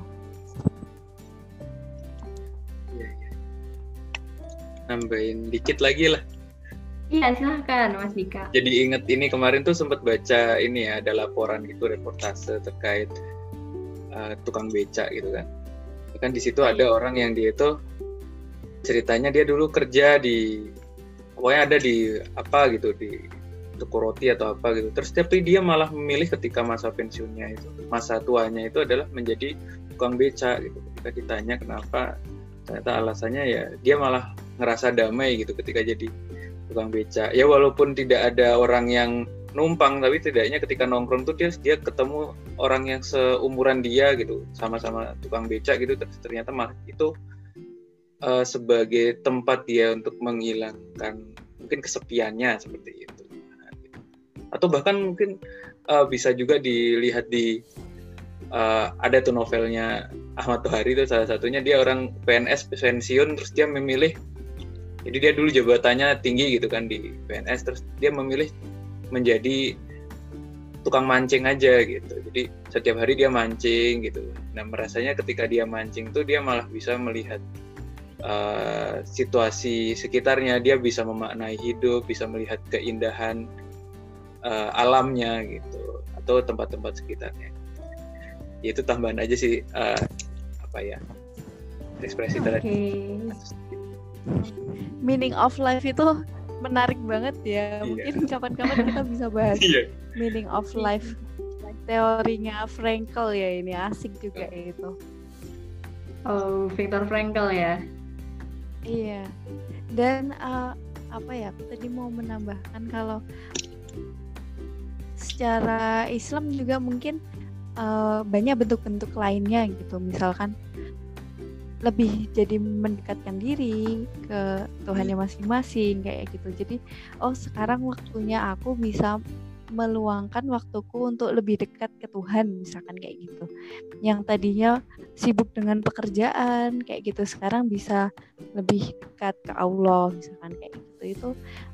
B: Nambahin dikit lagi lah.
A: Iya, silahkan Mas Dika.
B: Jadi inget ini kemarin tuh sempat baca ini ya, ada laporan gitu, reportase terkait tukang beca gitu kan. Kan di situ ada orang yang dia itu ceritanya dia dulu kerja di pokoknya ada di apa gitu, di toko roti atau apa gitu. Terus tapi dia malah memilih ketika masa pensiunnya itu, masa tuanya itu adalah menjadi tukang beca gitu. Ketika ditanya kenapa, ternyata alasannya ya dia malah ngerasa damai gitu ketika jadi tukang beca. Ya walaupun tidak ada orang yang numpang, tapi setidaknya ketika nongkrong tuh dia ketemu orang yang seumuran dia gitu, sama-sama tukang beca gitu. Ternyata malah itu sebagai tempat dia untuk menghilangkan mungkin kesepiannya seperti itu. Atau bahkan mungkin bisa juga dilihat di ada tuh novelnya Ahmad Tohari itu salah satunya, dia orang PNS pensiun terus dia memilih, jadi dia dulu jabatannya tinggi gitu kan di PNS, terus dia memilih menjadi tukang mancing aja gitu. Jadi setiap hari dia mancing gitu. Nah merasanya ketika dia mancing tuh dia malah bisa melihat situasi sekitarnya, dia bisa memaknai hidup, bisa melihat keindahan alamnya gitu, atau tempat-tempat sekitarnya. Ya, itu tambahan aja sih ekspresi tadi.
C: Meaning of life itu menarik banget ya. Mungkin kapan-kapan kita bisa bahas meaning of life, teorinya Frankl ya, ini asik juga itu.
A: Oh, Viktor Frankl ya.
C: Iya. Dan aku tadi mau menambahkan kalau secara Islam juga mungkin banyak bentuk-bentuk lainnya gitu. Misalkan lebih jadi mendekatkan diri ke Tuhannya masing-masing kayak gitu. Jadi sekarang waktunya aku bisa meluangkan waktuku untuk lebih dekat ke Tuhan, misalkan kayak gitu. Yang tadinya sibuk dengan pekerjaan kayak gitu, sekarang bisa lebih dekat ke Allah, misalkan kayak gitu. Itu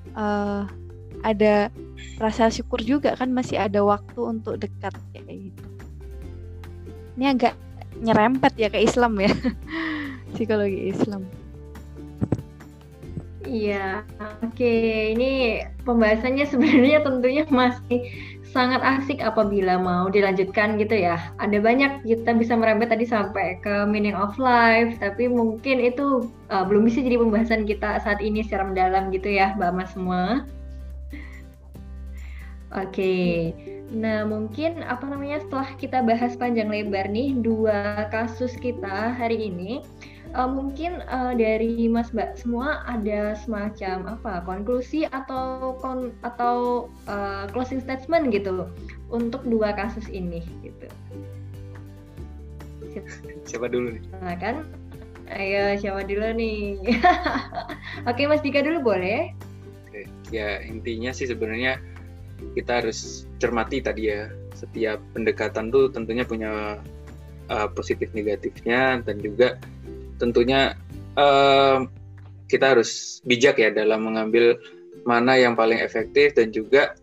C: ada rasa syukur juga kan, masih ada waktu untuk dekat kayak gitu. Ini agak nyerempet ya ke Islam ya. Psikologi Islam.
A: Iya, oke. Ini pembahasannya sebenarnya tentunya masih sangat asik apabila mau dilanjutkan gitu ya. Ada banyak, kita bisa merembet tadi sampai ke meaning of life, tapi mungkin itu belum bisa jadi pembahasan kita saat ini secara mendalam gitu ya, Mbak Mas semua. Oke. Nah, mungkin setelah kita bahas panjang lebar nih 2 kasus kita hari ini, mungkin dari Mas Mbak semua ada semacam konklusi atau closing statement gitu untuk 2 kasus ini gitu.
B: Siapa dulu nih?
A: Kan? Ayo, siapa dulu nih? Oke, Mas Dika dulu boleh?
B: Oke. Ya intinya sih sebenarnya kita harus cermati tadi ya, setiap pendekatan tuh tentunya punya positif negatifnya, dan juga tentunya kita harus bijak ya dalam mengambil mana yang paling efektif, dan juga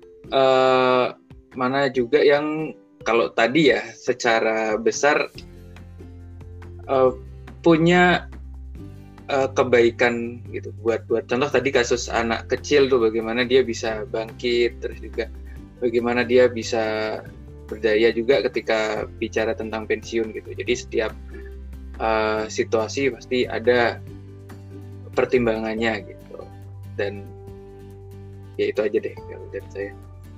B: mana juga yang kalau tadi ya secara besar punya kebaikan gitu buat contoh tadi kasus anak kecil tuh bagaimana dia bisa bangkit, terus juga bagaimana dia bisa berdaya juga ketika bicara tentang pensiun gitu. Jadi setiap situasi pasti ada pertimbangannya gitu. Dan ya itu aja deh kalau dari saya.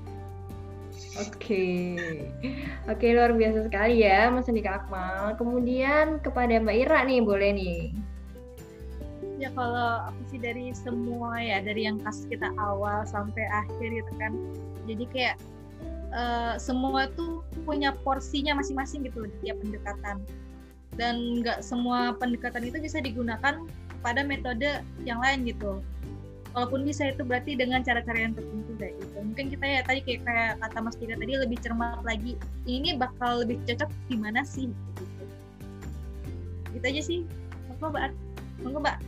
A: Oke, luar biasa sekali ya Mas Andika Akmal. Kemudian kepada Mbak Ira nih, boleh nih.
D: Ya kalau aku sih dari semua ya, dari yang kasus kita awal sampai akhir gitu kan, jadi kayak semua tuh punya porsinya masing-masing gitu di tiap pendekatan, dan nggak semua pendekatan itu bisa digunakan pada metode yang lain gitu. Walaupun bisa itu berarti dengan cara-cara yang tertentu kayak gitu. Mungkin kita ya tadi kayak kata Mas Tika tadi lebih cermat lagi, ini bakal lebih cocok di mana sih gitu. Gitu aja sih. Monggo Mbak.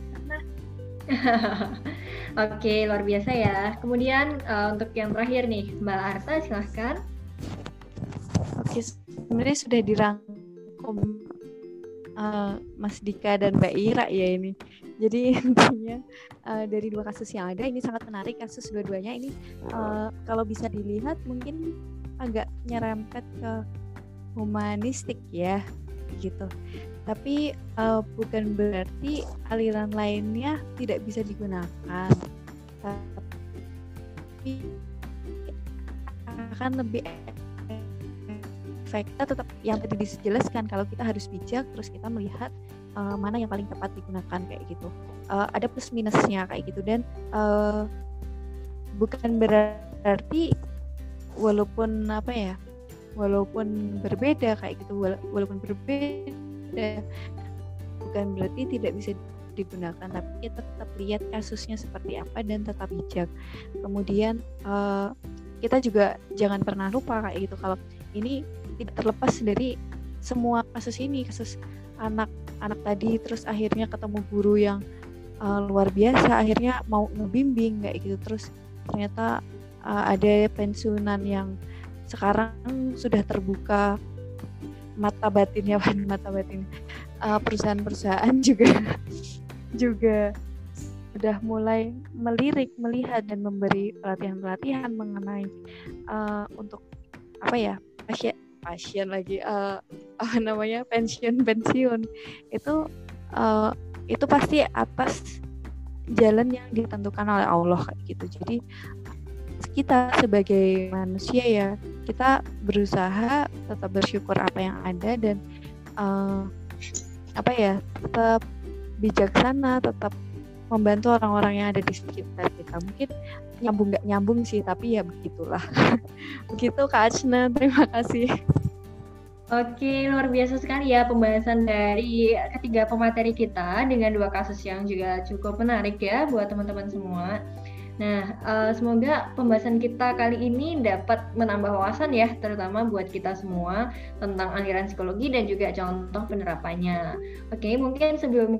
A: Oke, luar biasa ya. Kemudian untuk yang terakhir nih, Mbak Arta silahkan.
C: Oke, sebenarnya sudah dirangkum Mas Dika dan Mbak Ira ya ini. Jadi intinya dari dua kasus yang ada ini sangat menarik, kasus dua-duanya ini kalau bisa dilihat mungkin agak nyerempet ke humanistik ya gitu. Tapi bukan berarti aliran lainnya tidak bisa digunakan, tapi akan lebih efektif tetap yang tadi dijelaskan, kalau kita harus bijak terus kita melihat mana yang paling tepat digunakan kayak gitu. Ada plus minusnya kayak gitu, dan bukan berarti walaupun berbeda kayak gitu, walaupun berbeda bukan berarti tidak bisa digunakan, tapi kita tetap lihat kasusnya seperti apa dan tetap bijak. Kemudian kita juga jangan pernah lupa kayak gitu, kalau ini tidak terlepas dari semua kasus ini, kasus anak tadi, terus akhirnya ketemu guru yang luar biasa, akhirnya mau ngebimbing kayak gitu, terus ternyata ada pensiunan yang sekarang sudah terbuka mata batin perusahaan-perusahaan juga sudah mulai melihat dan memberi pelatihan mengenai untuk pasien lagi pensiun itu pasti atas jalan yang ditentukan oleh Allah kayak gitu. Jadi kita sebagai manusia ya, kita berusaha tetap bersyukur apa yang ada dan tetap bijaksana, tetap membantu orang-orang yang ada di sekitar kita. Mungkin nggak nyambung sih, tapi ya begitulah. Begitu Kak Ajna, terima kasih.
A: Oke, luar biasa sekali ya pembahasan dari ketiga pemateri kita dengan dua kasus yang juga cukup menarik ya buat teman-teman semua. Nah, semoga pembahasan kita kali ini dapat menambah wawasan ya, terutama buat kita semua tentang aliran psikologi dan juga contoh penerapannya. Oke, mungkin sebelum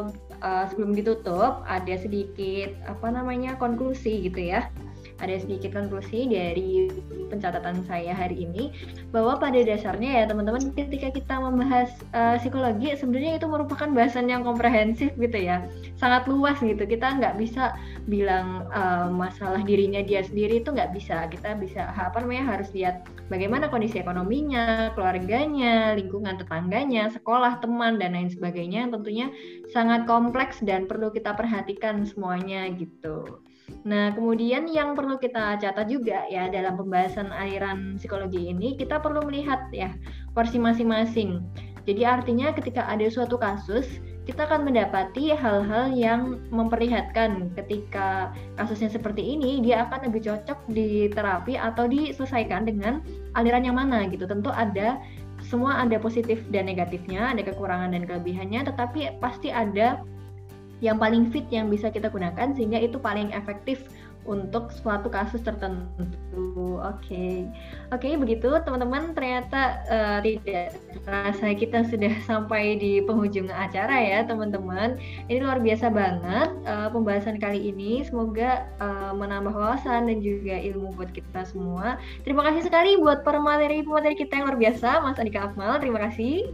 A: ditutup ada sedikit konklusi gitu ya. Ada sedikit konklusi dari pencatatan saya hari ini, bahwa pada dasarnya ya teman-teman, ketika kita membahas psikologi, sebenarnya itu merupakan bahasan yang komprehensif gitu ya, sangat luas gitu. Kita nggak bisa bilang masalah dirinya dia sendiri, itu nggak bisa. Kita bisa harus lihat bagaimana kondisi ekonominya, keluarganya, lingkungan tetangganya, sekolah, teman, dan lain sebagainya, yang tentunya sangat kompleks dan perlu kita perhatikan semuanya gitu. Nah, kemudian yang perlu kita catat juga ya dalam pembahasan aliran psikologi ini, kita perlu melihat ya porsi masing-masing. Jadi artinya ketika ada suatu kasus, kita akan mendapati hal-hal yang memperlihatkan ketika kasusnya seperti ini, dia akan lebih cocok diterapi atau diselesaikan dengan aliran yang mana gitu. Tentu semua ada positif dan negatifnya, ada kekurangan dan kelebihannya, tetapi pasti ada yang paling fit yang bisa kita gunakan sehingga itu paling efektif untuk suatu kasus tertentu. Oke, begitu teman-teman. Ternyata tidak terasa kita sudah sampai di penghujung acara ya teman-teman. Ini luar biasa banget pembahasan kali ini. Semoga menambah wawasan dan juga ilmu buat kita semua. Terima kasih sekali buat pemateri kita yang luar biasa, Mas Andika Akmal. Terima kasih.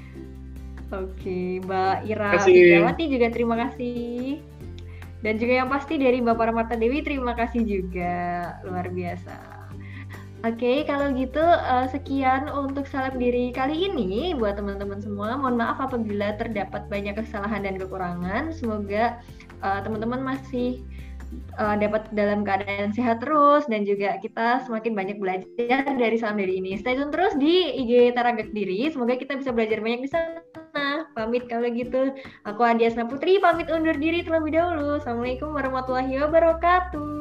A: Oke, Mbak Ira Widiawati juga terima kasih. Dan juga yang pasti dari Mbak Paramarta Dewi, terima kasih juga. Luar biasa. Oke, kalau gitu sekian untuk salam diri kali ini buat teman-teman semua. Mohon maaf apabila terdapat banyak kesalahan dan kekurangan. Semoga teman-teman masih dapat dalam keadaan sehat terus dan juga kita semakin banyak belajar dari salam diri ini. Stay tune terus di IG Taragak Diri. Semoga kita bisa belajar banyak di sana. Pamit kalau gitu. Aku Adiasna Putri pamit undur diri terlebih dahulu. Assalamualaikum warahmatullahi wabarakatuh.